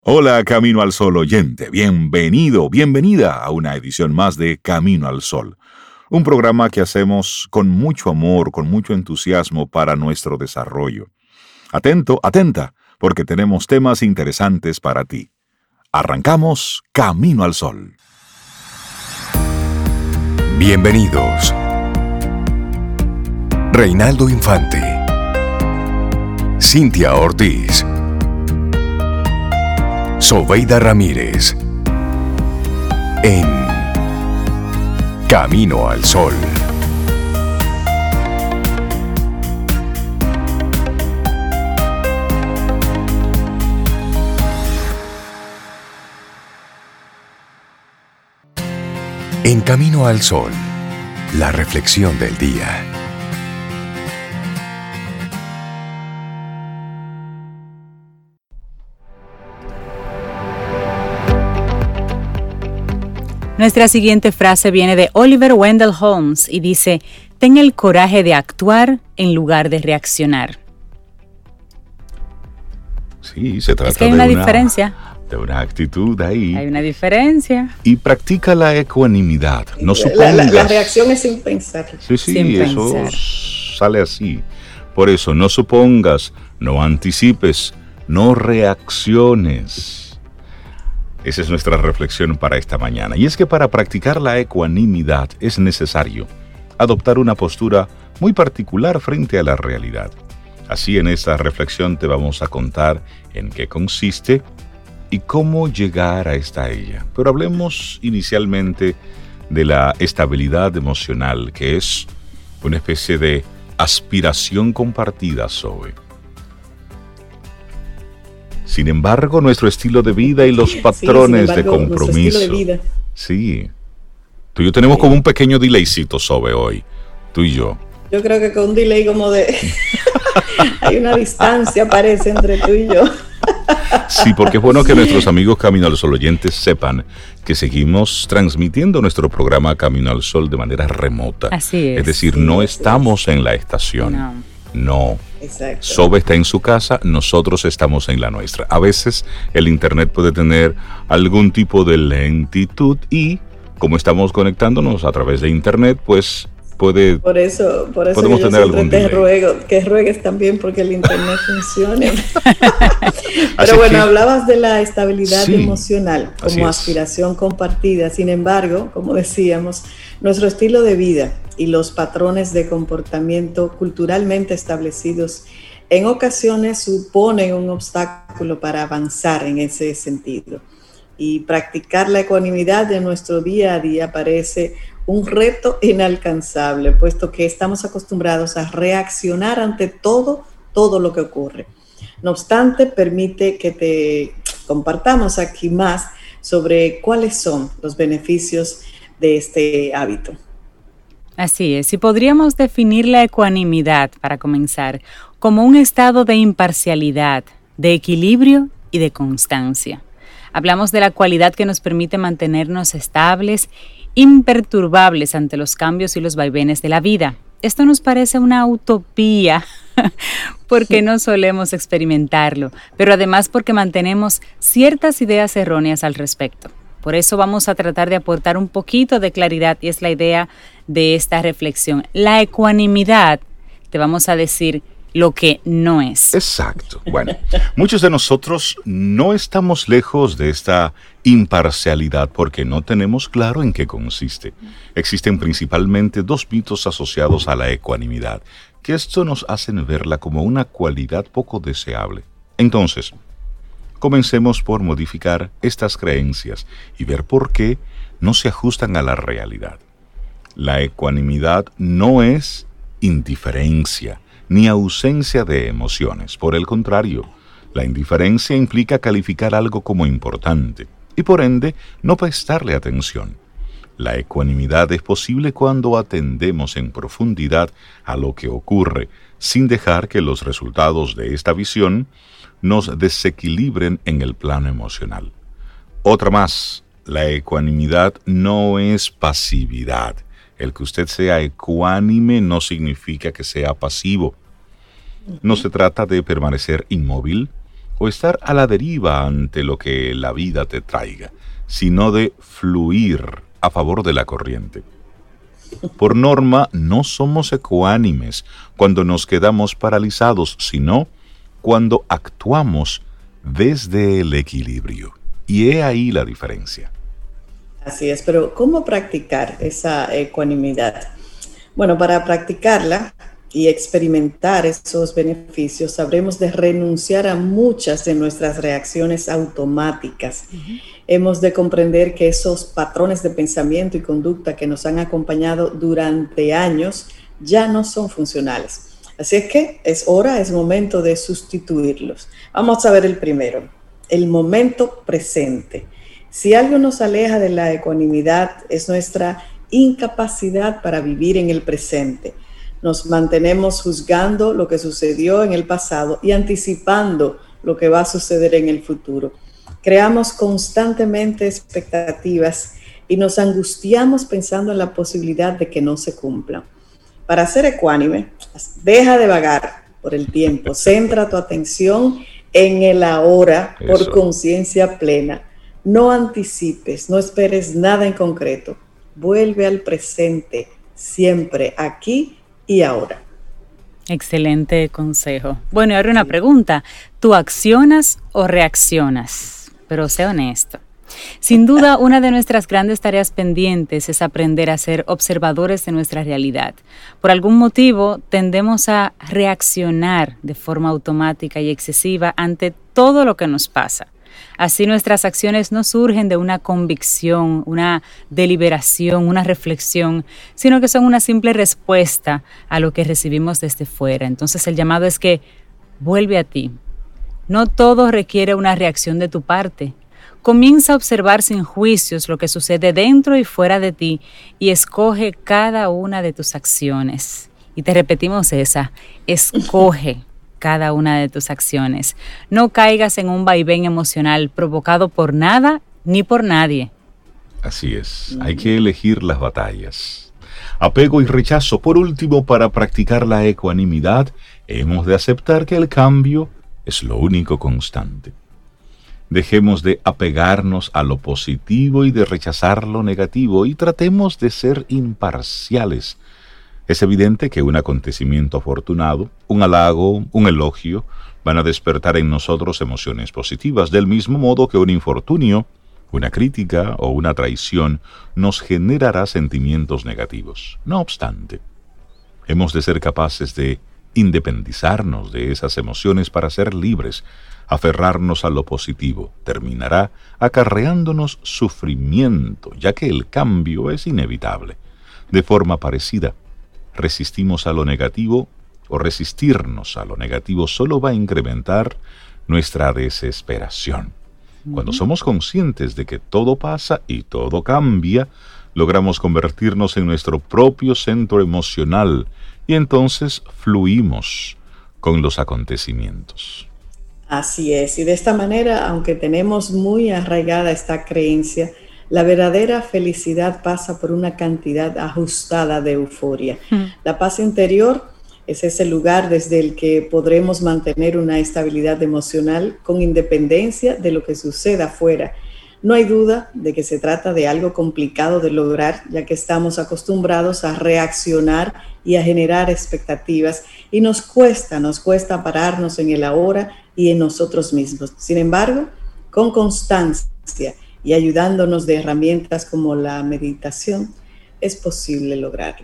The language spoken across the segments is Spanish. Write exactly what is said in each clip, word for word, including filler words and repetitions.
Hola Camino al Sol oyente, bienvenido, bienvenida a una edición más de Camino al Sol, un programa que hacemos con mucho amor, con mucho entusiasmo para nuestro desarrollo. Atento, atenta, porque tenemos temas interesantes para ti. Arrancamos Camino al Sol. Bienvenidos. Reinaldo Infante, Cintia Ortiz, Sobeida Ramírez, en Camino al Sol. En Camino al Sol, la reflexión del día. Nuestra siguiente frase viene de Oliver Wendell Holmes y dice: ten el coraje de actuar en lugar de reaccionar. Sí, se trata es que hay de una, una diferencia. De una actitud ahí. Hay una diferencia. Y practica la ecuanimidad. No la, supongas. La, la reacción es sin pensar. Sí, sí, sin eso pensar. Sale así. Por eso, no supongas, no anticipes, no reacciones. Esa es nuestra reflexión para esta mañana. Y es que para practicar la ecuanimidad es necesario adoptar una postura muy particular frente a la realidad. Así, en esta reflexión te vamos a contar en qué consiste y cómo llegar a esta ella. Pero hablemos inicialmente de la estabilidad emocional, que es una especie de aspiración compartida, Zoe. Sin embargo, nuestro estilo de vida y los patrones sí, embargo, de compromiso. De vida. Sí. Tú y yo tenemos sí. como un pequeño delaycito, Sobe, hoy. Tú y yo. Yo creo que con un delay como de... Hay una distancia, parece, entre tú y yo. Sí, porque es bueno que nuestros amigos Camino al Sol oyentes sepan que seguimos transmitiendo nuestro programa Camino al Sol de manera remota. Así es. Es decir, sí, no estamos es. en la estación. No. No. Exacto. Sobe está en su casa, nosotros estamos en la nuestra. A veces el internet puede tener algún tipo de lentitud y como estamos conectándonos a través de internet, pues puede... Por eso, por eso podemos yo tener siempre algún te delay. ruego que ruegues también porque el internet funcione. Pero Así bueno, que, hablabas de la estabilidad sí, emocional como aspiración compartida. Sin embargo, como decíamos, nuestro estilo de vida y los patrones de comportamiento culturalmente establecidos en ocasiones suponen un obstáculo para avanzar en ese sentido. Y practicar la ecuanimidad de nuestro día a día parece un reto inalcanzable, puesto que estamos acostumbrados a reaccionar ante todo, todo lo que ocurre. No obstante, permite que te compartamos aquí más sobre cuáles son los beneficios de este hábito. Así es, y podríamos definir la ecuanimidad, para comenzar, como un estado de imparcialidad, de equilibrio y de constancia. Hablamos de la cualidad que nos permite mantenernos estables, imperturbables ante los cambios y los vaivenes de la vida. Esto nos parece una utopía porque no solemos experimentarlo, pero además porque mantenemos ciertas ideas erróneas al respecto. Por eso vamos a tratar de aportar un poquito de claridad y es la idea de esta reflexión. La ecuanimidad, te vamos a decir lo que no es. Exacto. Bueno, muchos de nosotros no estamos lejos de esta imparcialidad porque no tenemos claro en qué consiste. Existen principalmente dos mitos asociados a la ecuanimidad, que esto nos hacen verla como una cualidad poco deseable. Entonces, comencemos por modificar estas creencias y ver por qué no se ajustan a la realidad. La ecuanimidad no es indiferencia ni ausencia de emociones. Por el contrario, la indiferencia implica calificar algo como importante y por ende no prestarle atención. La ecuanimidad es posible cuando atendemos en profundidad a lo que ocurre, sin dejar que los resultados de esta visión nos desequilibren en el plano emocional. Otra más, la ecuanimidad no es pasividad. El que usted sea ecuánime no significa que sea pasivo. No se trata de permanecer inmóvil o estar a la deriva ante lo que la vida te traiga, sino de fluir a favor de la corriente. Por norma, no somos ecuánimes cuando nos quedamos paralizados, sino cuando actuamos desde el equilibrio. Y he ahí la diferencia. Así es, pero ¿cómo practicar esa ecuanimidad? Bueno, para practicarla y experimentar esos beneficios, habremos de renunciar a muchas de nuestras reacciones automáticas. Uh-huh. Hemos de comprender que esos patrones de pensamiento y conducta que nos han acompañado durante años ya no son funcionales. Así es que es hora, es momento de sustituirlos. Vamos a ver el primero, el momento presente. Si algo nos aleja de la ecuanimidad, es nuestra incapacidad para vivir en el presente. Nos mantenemos juzgando lo que sucedió en el pasado y anticipando lo que va a suceder en el futuro. Creamos constantemente expectativas y nos angustiamos pensando en la posibilidad de que no se cumplan. Para ser ecuánime, deja de vagar por el tiempo, centra tu atención en el ahora por Eso. conciencia plena. No anticipes, no esperes nada en concreto. Vuelve al presente, siempre aquí y ahora. Excelente consejo. Bueno, y ahora una pregunta. ¿Tú accionas o reaccionas? Pero sé honesto. Sin duda, una de nuestras grandes tareas pendientes es aprender a ser observadores de nuestra realidad. Por algún motivo, tendemos a reaccionar de forma automática y excesiva ante todo lo que nos pasa. Así nuestras acciones no surgen de una convicción, una deliberación, una reflexión, sino que son una simple respuesta a lo que recibimos desde fuera. Entonces el llamado es que vuelve a ti. No todo requiere una reacción de tu parte. Comienza a observar sin juicios lo que sucede dentro y fuera de ti y escoge cada una de tus acciones. Y te repetimos esa, escoge cada una de tus acciones. No caigas en un vaivén emocional provocado por nada ni por nadie. Así es, hay que elegir las batallas. Apego y rechazo. Por último, para practicar la ecuanimidad, hemos de aceptar que el cambio es lo único constante. Dejemos de apegarnos a lo positivo y de rechazar lo negativo y tratemos de ser imparciales. Es evidente que un acontecimiento afortunado, un halago, un elogio, van a despertar en nosotros emociones positivas, del mismo modo que un infortunio, una crítica o una traición nos generará sentimientos negativos. No obstante, hemos de ser capaces de independizarnos de esas emociones para ser libres. Aferrarnos a lo positivo terminará acarreándonos sufrimiento, ya que el cambio es inevitable. De forma parecida, resistimos a lo negativo o resistirnos a lo negativo solo va a incrementar nuestra desesperación. Uh-huh. Cuando somos conscientes de que todo pasa y todo cambia, logramos convertirnos en nuestro propio centro emocional y entonces fluimos con los acontecimientos. Así es, y de esta manera, aunque tenemos muy arraigada esta creencia, la verdadera felicidad pasa por una cantidad ajustada de euforia. Mm. La paz interior es ese lugar desde el que podremos mantener una estabilidad emocional con independencia de lo que suceda afuera. No hay duda de que se trata de algo complicado de lograr, ya que estamos acostumbrados a reaccionar y a generar expectativas, y nos cuesta, nos cuesta pararnos en el ahora y en nosotros mismos. Sin embargo, con constancia y ayudándonos de herramientas como la meditación, es posible lograrlo.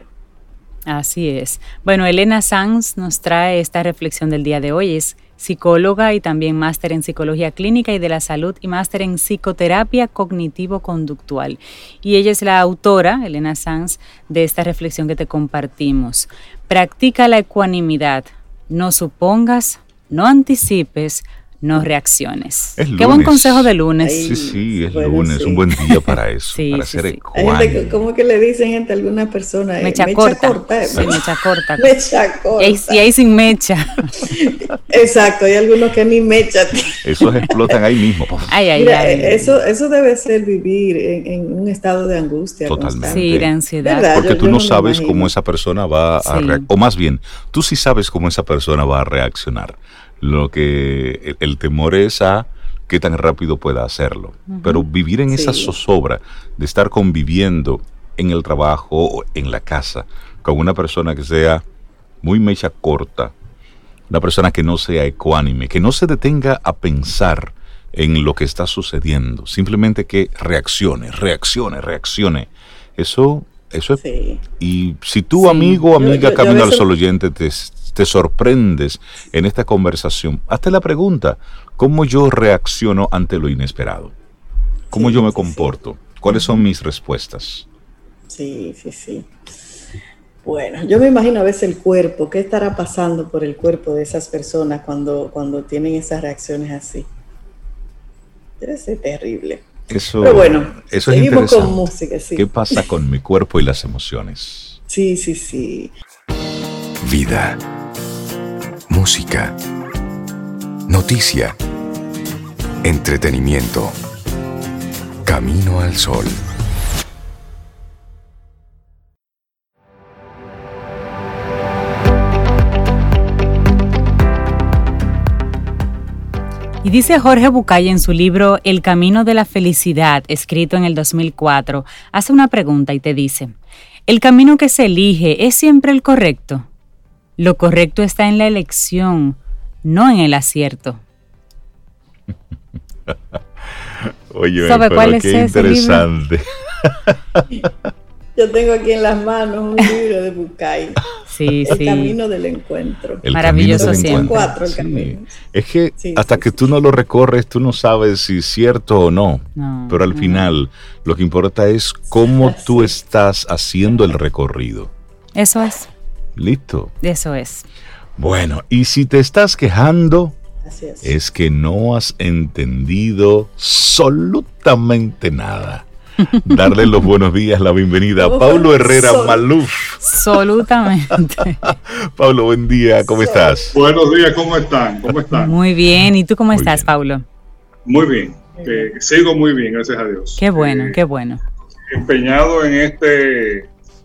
Así es. Bueno, Elena Sanz nos trae esta reflexión del día de hoy. Es psicóloga y también máster en psicología clínica y de la salud y máster en psicoterapia cognitivo-conductual. Y ella es la autora, Elena Sanz, de esta reflexión que te compartimos. Practica la ecuanimidad. No supongas, no anticipes, no reacciones. Qué buen consejo de lunes. Sí, sí, es bueno, lunes, sí. Un buen día para eso, sí, para sí, ser sí. ecuánime. ¿Cómo que le dicen gente a alguna persona? Mecha, mecha corta. corta eh, sí, mecha corta. Mecha corta. Y, y ahí sin mecha. Exacto, hay algunos que ni mecha. Esos explotan ahí mismo. Ay, ay, Mira, ay. Eso, eso debe ser vivir en, en un estado de angustia. Totalmente. Constante. Sí, de ansiedad. ¿Verdad? Porque yo, tú yo no no sabes cómo esa persona va a sí. reaccionar. O más bien, tú sí sabes cómo esa persona va a reaccionar. Lo que el, el temor es a qué tan rápido pueda hacerlo. Uh-huh. Pero vivir en sí. esa zozobra de estar conviviendo en el trabajo o en la casa con una persona que sea muy mecha corta, una persona que no sea ecuánime, que no se detenga a pensar en lo que está sucediendo, simplemente que reaccione, reaccione, reaccione. Eso, eso es... Sí. Y si tú, sí. amigo o amiga, yo, yo, Camino yo al Sol oyente, te, te sorprendes en esta conversación, hazte la pregunta, ¿cómo yo reacciono ante lo inesperado? ¿Cómo sí, yo me sí, comporto? Sí. ¿Cuáles son mis respuestas? Sí, sí, sí. Bueno, yo me imagino a veces el cuerpo, ¿qué estará pasando por el cuerpo de esas personas cuando, cuando tienen esas reacciones así? Debe ser terrible. Eso, Pero bueno, eso seguimos es con música, sí. ¿Qué pasa con mi cuerpo y las emociones? Sí, sí, sí. Vida, música, noticia, entretenimiento. Camino al Sol. Y dice Jorge Bucay en su libro El Camino de la Felicidad, escrito en el dos mil cuatro, hace una pregunta y te dice, ¿el camino que se elige es siempre el correcto? Lo correcto está en la elección, no en el acierto. Oye, ¿sabe cuál es ese interesante? Yo tengo aquí en las manos un libro de Bucay. Sí, el sí. camino del encuentro. El maravilloso siempre. Cuatro, el sí. camino. Es que sí, hasta sí, que sí. tú no lo recorres, tú no sabes si es cierto o no. no Pero al no. final, lo que importa es cómo sí. tú estás haciendo el recorrido. Eso es. ¿Listo? Eso es. Bueno, y si te estás quejando, Así es. es que no has entendido absolutamente nada. Darle los buenos días, la bienvenida a Paulo Herrera Sol. Maluf. Absolutamente. Paulo, buen día, ¿cómo Sol. estás? Buenos días, ¿cómo están? ¿Cómo están? Muy bien, ¿y tú cómo muy estás, bien. Paulo? Muy bien, eh, sigo muy bien, gracias a Dios. Qué bueno, eh, qué bueno. Empeñado en este,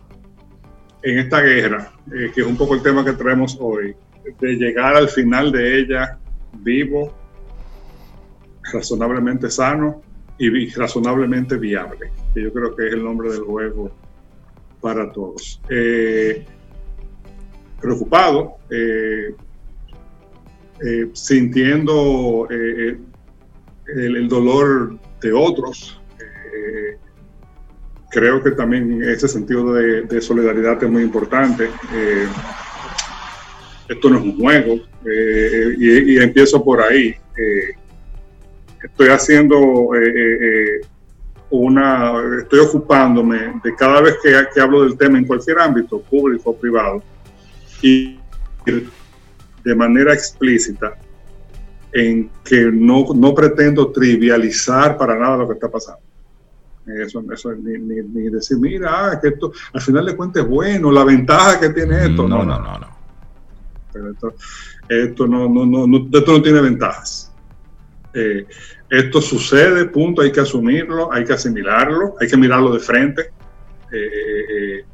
en esta guerra, eh, que es un poco el tema que traemos hoy, de llegar al final de ella vivo, razonablemente sano y razonablemente viable, que yo creo que es el nombre del juego para todos. Eh, preocupado, eh, eh, sintiendo eh, el, el dolor de otros, eh, creo que también ese sentido de, de solidaridad es muy importante. Eh, esto no es un juego, eh, y, y empiezo por ahí. Eh, Estoy haciendo eh, eh, una, estoy ocupándome de cada vez que, que hablo del tema en cualquier ámbito, público o privado, y de manera explícita en que no, no pretendo trivializar para nada lo que está pasando. Eso, eso ni, ni, ni decir, mira, que esto al final de cuentas es bueno, la ventaja que tiene esto. No, no, no, no. no. Pero esto, esto, no, no, no, no, esto no tiene ventajas. Eh, esto sucede, punto, hay que asumirlo, hay que asimilarlo, hay que mirarlo de frente, eh, eh,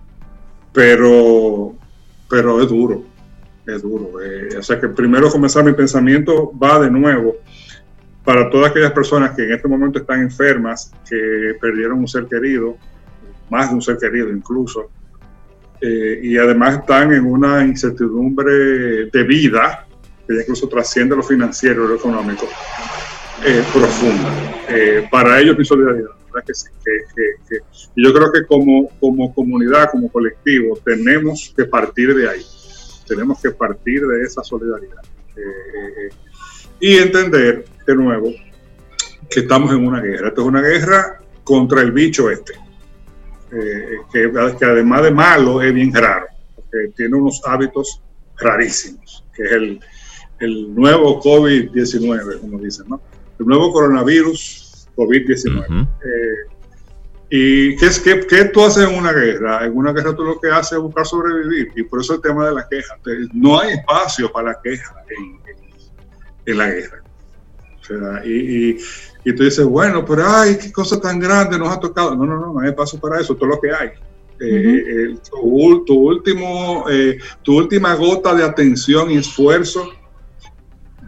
pero, pero es duro, es duro. Eh, o sea que primero comenzar mi pensamiento va de nuevo para todas aquellas personas que en este momento están enfermas, que perdieron un ser querido, más de un ser querido incluso, eh, y además están en una incertidumbre de vida, que ya incluso trasciende lo financiero y lo económico, eh, profunda. Eh, para ellos mi solidaridad, ¿verdad? Que sí, que, que, que, y yo creo que como, como comunidad, como colectivo, tenemos que partir de ahí, tenemos que partir de esa solidaridad. Eh, y entender, de nuevo, que estamos en una guerra. Esto es una guerra contra el bicho este, eh, que, que además de malo es bien raro, porque tiene unos hábitos rarísimos, que es el el nuevo COVID diecinueve, como dicen, ¿no? El nuevo coronavirus COVID diecinueve. Uh-huh. Eh, ¿Y qué, es, qué, qué tú haces en una guerra? En una guerra tú lo que haces es buscar sobrevivir, y por eso el tema de la queja. No hay espacio para la queja en, en, en la guerra. O sea, y, y, y tú dices, bueno, pero ay, qué cosa tan grande nos ha tocado. No, no, no, no hay espacio para eso, todo lo que hay. Eh, uh-huh. eh, tu, tu, último, eh, tu última gota de atención y esfuerzo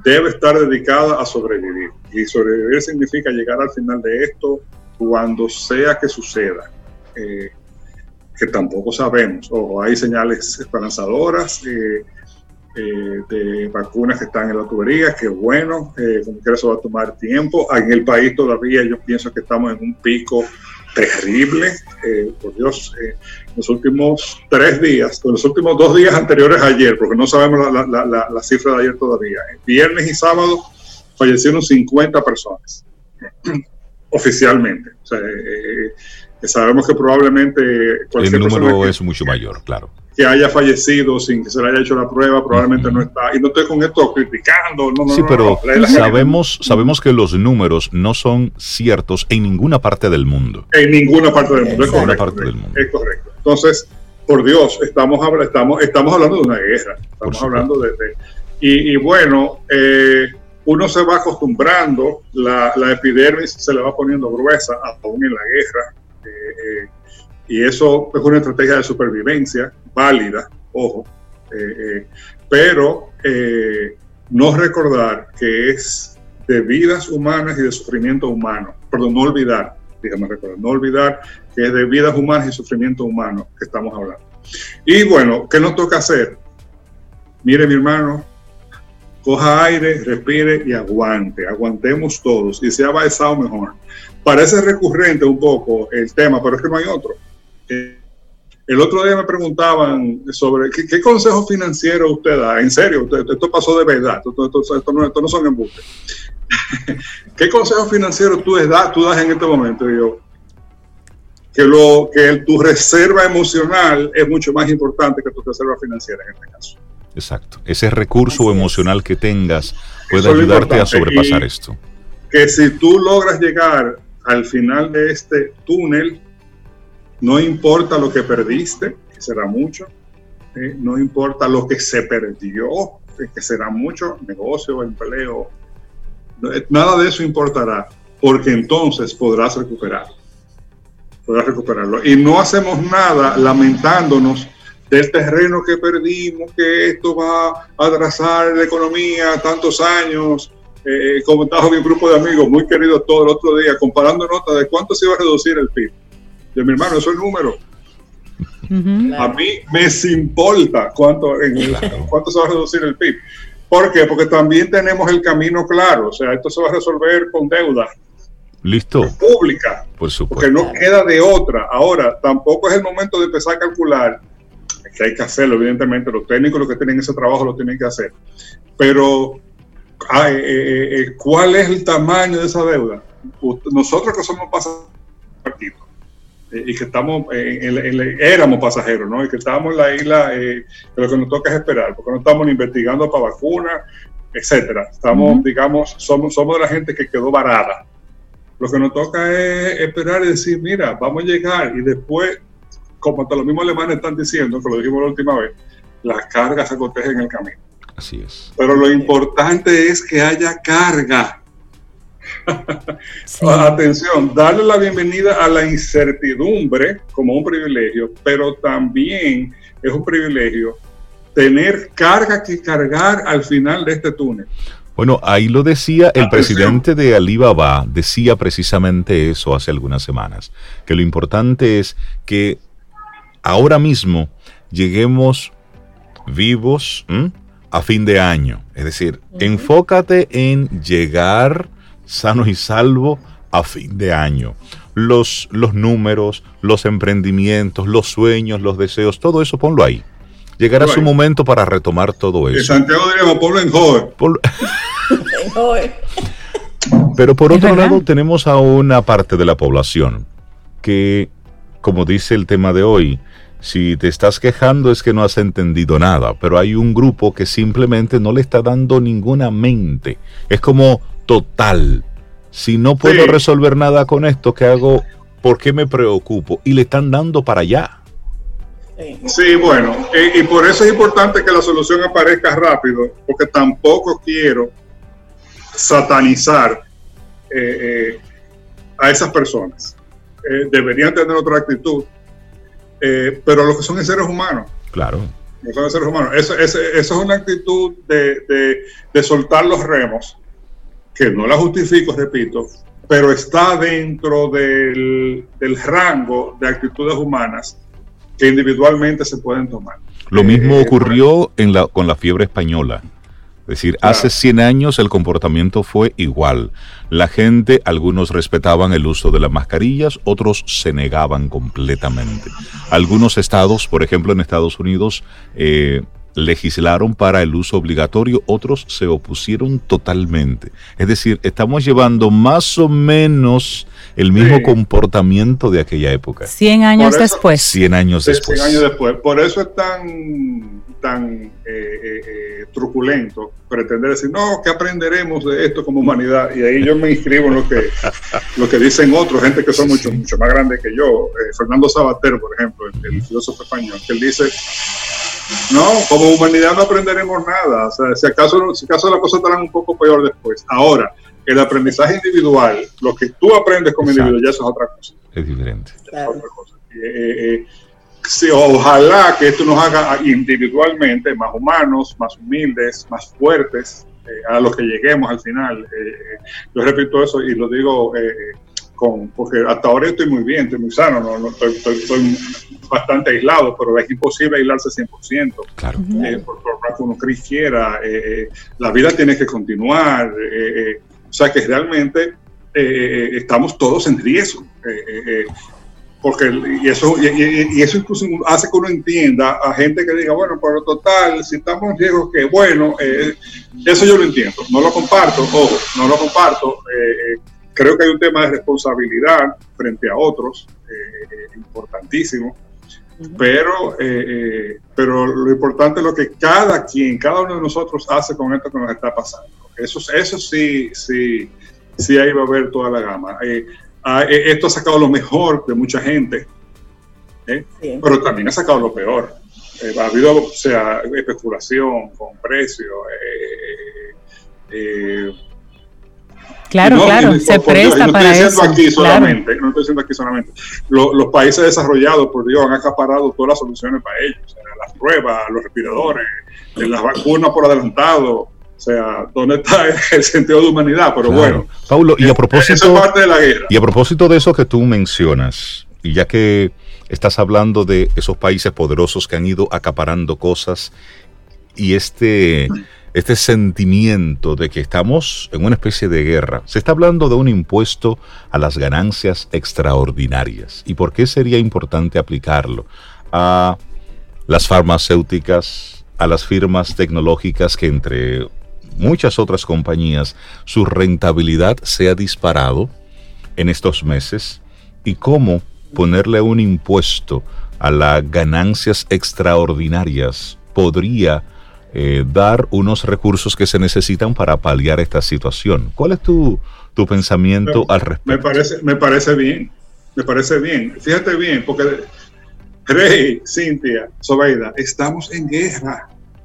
debe estar dedicada a sobrevivir. Y sobrevivir significa llegar al final de esto cuando sea que suceda. Eh, que tampoco sabemos. Ojo, hay señales esperanzadoras eh, eh, de vacunas que están en la tubería, que bueno, eh, como que eso va a tomar tiempo. En el país todavía yo pienso que estamos en un pico terrible, eh, por Dios, eh, los últimos tres días, los últimos dos días anteriores a ayer, porque no sabemos la, la, la, la cifra de ayer todavía. Viernes y sábado fallecieron cincuenta personas, oficialmente. O sea, eh, eh, sabemos que probablemente cualquier el número es mucho mayor, claro. Que haya fallecido sin que se le haya hecho la prueba, probablemente uh-huh. no está. Y no estoy con esto criticando. No, no, sí, no, pero no, no. sabemos, sabemos que los números no son ciertos en ninguna parte del mundo. En ninguna parte del mundo, es correcto. Parte del mundo. Es correcto. Entonces, por Dios, estamos, estamos, estamos hablando de una guerra. Estamos hablando de... de y, y bueno, eh, uno se va acostumbrando, la, la epidermis se le va poniendo gruesa, aún en la guerra. Eh, eh, y eso es una estrategia de supervivencia válida, ojo, eh, eh, pero eh, no recordar que es de vidas humanas y de sufrimiento humano, perdón, no olvidar, dígame recordar, no olvidar que es de vidas humanas y sufrimiento humano que estamos hablando. Y bueno, ¿qué nos toca hacer? Mire, mi hermano, coja aire, respire y aguante, aguantemos todos, y sea avanzado mejor. Parece recurrente un poco el tema, pero es que no hay otro. El otro día me preguntaban sobre qué, qué consejo financiero usted da. En serio, usted, esto pasó de verdad. Esto, esto, esto, no, esto no son embustes. ¿Qué consejo financiero tú das, tú das en este momento? Y yo, que, lo, que tu reserva emocional es mucho más importante que tu reserva financiera en este caso. Exacto. Ese recurso Así emocional es. que tengas puede Eso ayudarte a sobrepasar y esto. Que si tú logras llegar al final de este túnel, no importa lo que perdiste, que será mucho, eh, no importa lo que se perdió, eh, que será mucho, negocio, empleo, nada de eso importará, porque entonces podrás recuperar, podrás recuperarlo. Y no hacemos nada lamentándonos del terreno que perdimos, que esto va a atrasar la economía tantos años. Eh, como estaba mi grupo de amigos, muy queridos todo el otro día, comparando notas de cuánto se iba a reducir el P I B. De mi hermano, eso es el número. Uh-huh. A mí me importa cuánto, en, claro. cuánto se va a reducir el P I B. ¿Por qué? Porque también tenemos el camino claro. O sea, esto se va a resolver con deuda. Listo. Pública. Por supuesto. Porque no queda de otra. Ahora, tampoco es el momento de empezar a calcular, que hay que hacerlo, evidentemente. Los técnicos, los que tienen ese trabajo, lo tienen que hacer. Pero, ay, eh, eh, ¿cuál es el tamaño de esa deuda? Nosotros que somos pasajeros, y que estamos, eh, en, en, en, éramos pasajeros, ¿no? Y que estábamos en la isla, eh, que lo que nos toca es esperar, porque no estamos ni investigando para vacunas, etcétera. Estamos, uh-huh. digamos, somos, somos de la gente que quedó varada. Lo que nos toca es esperar y decir, mira, vamos a llegar, y después, como hasta los mismos alemanes están diciendo, que lo dijimos la última vez, las cargas se protegen en el camino. Así es. Pero lo importante es que haya carga. Sí. Atención, darle la bienvenida a la incertidumbre como un privilegio, pero también es un privilegio tener carga que cargar al final de este túnel. Bueno, ahí lo decía el Atención. presidente de Alibaba, decía precisamente eso hace algunas semanas, que lo importante es que ahora mismo lleguemos vivos ¿m? a fin de año, es decir, uh-huh. enfócate en llegar sano y salvo a fin de año. Los, los números, los emprendimientos, los sueños, los deseos, todo eso ponlo ahí. Llegará bueno. su momento para retomar todo eso. En Santiago diríamos, ponlo en joven. Pero por otro lado tenemos a una parte de la población que, como dice el tema de hoy, si te estás quejando es que no has entendido nada, pero hay un grupo que simplemente no le está dando ninguna mente. Es como total. Si no puedo sí. resolver nada con esto, ¿qué hago? ¿Por qué me preocupo? Y le están dando para allá. Sí, bueno, y, y por eso es importante que la solución aparezca rápido, porque tampoco quiero satanizar eh, eh, a esas personas. Eh, deberían tener otra actitud, eh, pero los que son seres humanos. Claro. no son seres humanos. Eso, eso, eso es una actitud de, de, de soltar los remos, que no la justifico, repito, pero está dentro del, del rango de actitudes humanas que individualmente se pueden tomar. Lo mismo eh, ocurrió en la, con la fiebre española. Es decir, claro, hace cien años el comportamiento fue igual. La gente, algunos respetaban el uso de las mascarillas, otros se negaban completamente. Algunos estados, por ejemplo en Estados Unidos, eh, legislaron para el uso obligatorio, otros se opusieron totalmente. Es decir, estamos llevando más o menos el mismo sí. comportamiento de aquella época. Cien años eso, después. Cien años sí, después. Cien años después. Por eso es tan, tan eh, eh, truculento pretender decir, no, ¿qué aprenderemos de esto como humanidad? Y ahí yo me inscribo en lo que, lo que dicen otros, gente que son sí, mucho, sí. mucho más grandes que yo. Eh, Fernando Sabater, por ejemplo, el, el filósofo español, que él dice, no, como humanidad no aprenderemos nada. O sea, si acaso, si acaso las cosas estarán un poco peor después. Ahora, el aprendizaje individual, lo que tú aprendes como Exacto. individuo, ya eso es otra cosa. Es diferente. Claro. Es otra cosa. Eh, eh, sí, ojalá que esto nos haga individualmente más humanos, más humildes, más fuertes, eh, a los que lleguemos al final. Eh, yo repito eso y lo digo eh, con, porque hasta ahora estoy muy bien, estoy muy sano, no, no estoy, estoy, estoy bastante aislado, pero es imposible aislarse cien por ciento. Claro. Eh, por, por más que uno quiera, eh, la vida tiene que continuar. Eh, eh, O sea que realmente eh, estamos todos en riesgo, eh, eh, porque y eso y, y eso incluso hace que uno entienda a gente que diga, bueno, pero total, si estamos en riesgo, que bueno, eh, eso yo lo entiendo, no lo comparto, ojo, no lo comparto, eh, creo que hay un tema de responsabilidad frente a otros, eh, importantísimo, uh-huh. pero, eh, eh, pero lo importante es lo que cada quien, cada uno de nosotros hace con esto que nos está pasando. Eso, eso sí, sí, sí, ahí va a haber toda la gama. Eh, eh, esto ha sacado lo mejor de mucha gente, eh, sí. pero también ha sacado lo peor. Eh, ha habido, o sea, especulación con precios. Eh, eh, claro, no, claro, se por presta Dios, no para eso. Aquí solamente, claro. No estoy diciendo aquí solamente. Los, los países desarrollados, por Dios, han acaparado todas las soluciones para ellos. O sea, las pruebas, los respiradores, las vacunas por adelantado. O sea, ¿dónde está el sentido de humanidad? Pero claro. bueno, Paulo, y a propósito, eso es parte de la guerra. Y a propósito de eso que tú mencionas, y ya que estás hablando de esos países poderosos que han ido acaparando cosas y este, este sentimiento de que estamos en una especie de guerra, se está hablando de un impuesto a las ganancias extraordinarias. ¿Y por qué sería importante aplicarlo a las farmacéuticas, a las firmas tecnológicas que entre muchas otras compañías, su rentabilidad se ha disparado en estos meses, y cómo ponerle un impuesto a las ganancias extraordinarias podría eh, dar unos recursos que se necesitan para paliar esta situación? ¿Cuál es tu, tu pensamiento me, al respecto? Me parece, me parece bien, me parece bien. Fíjate bien, porque Rey, Cintia, Sobeida, estamos en guerra.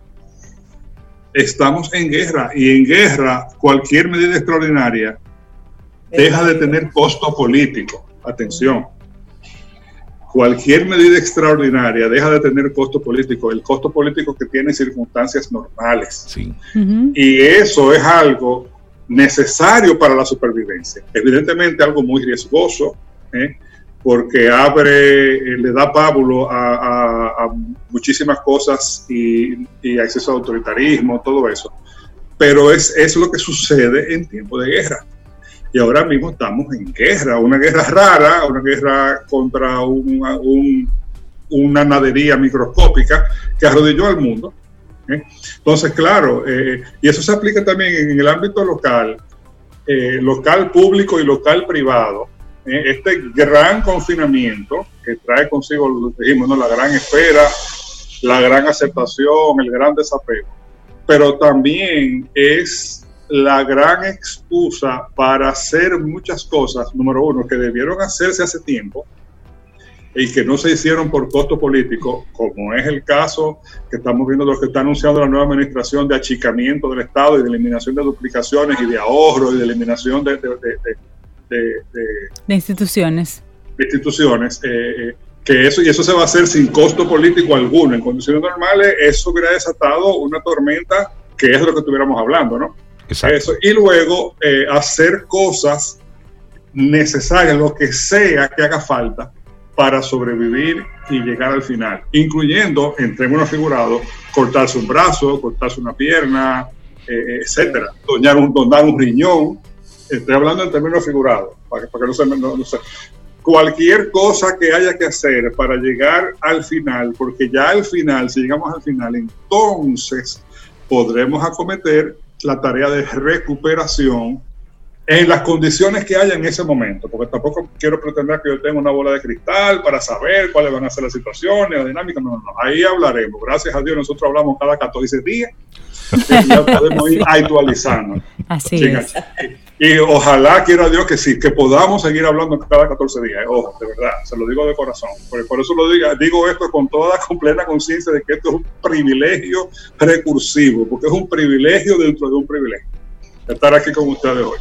Estamos en guerra, y en guerra cualquier medida extraordinaria deja de tener costo político. Atención, cualquier medida extraordinaria deja de tener costo político, el costo político que tiene circunstancias normales. Sí. Uh-huh. Y eso es algo necesario para la supervivencia. Evidentemente algo muy riesgoso, ¿eh? porque abre, le da pábulo a, a, a muchísimas cosas y, y acceso a autoritarismo, todo eso. Pero es, es lo que sucede en tiempo de guerra. Y ahora mismo estamos en guerra, una guerra rara, una guerra contra una, un, una nadería microscópica que arrodilló al mundo. ¿eh? Entonces, claro, eh, y eso se aplica también en el ámbito local, eh, local público y local privado. Este gran confinamiento que trae consigo, lo dijimos, ¿no? La gran espera, la gran aceptación, el gran desapego, pero también es la gran excusa para hacer muchas cosas, número uno, que debieron hacerse hace tiempo y que no se hicieron por costo político, como es el caso que estamos viendo, lo que está anunciando la nueva administración de achicamiento del Estado y de eliminación de duplicaciones y de ahorro y de eliminación de, de, de, de De, de, de instituciones, de instituciones eh, que eso, y eso se va a hacer sin costo político alguno. En condiciones normales, eso hubiera desatado una tormenta, que es de lo que estuviéramos hablando, ¿no? Exacto. Eso, y luego eh, hacer cosas necesarias, lo que sea que haga falta para sobrevivir y llegar al final, incluyendo, en términos figurados, cortarse un brazo, cortarse una pierna, eh, etcétera, donar un, donar un riñón. Estoy hablando en términos figurados, para que, para que no, se, no, no se... Cualquier cosa que haya que hacer para llegar al final, porque ya al final, si llegamos al final, entonces podremos acometer la tarea de recuperación en las condiciones que haya en ese momento, porque tampoco quiero pretender que yo tenga una bola de cristal para saber cuáles van a ser las situaciones, la dinámica, no, no, no, ahí hablaremos. Gracias a Dios nosotros hablamos cada catorce días y ya podemos ir actualizando. Así sí, es. Y, y ojalá quiera Dios que sí, que podamos seguir hablando cada catorce días, eh, ojo, de verdad, se lo digo de corazón, porque por eso lo digo, digo esto con toda con plena conciencia de que esto es un privilegio recursivo, porque es un privilegio dentro de un privilegio, estar aquí con ustedes hoy.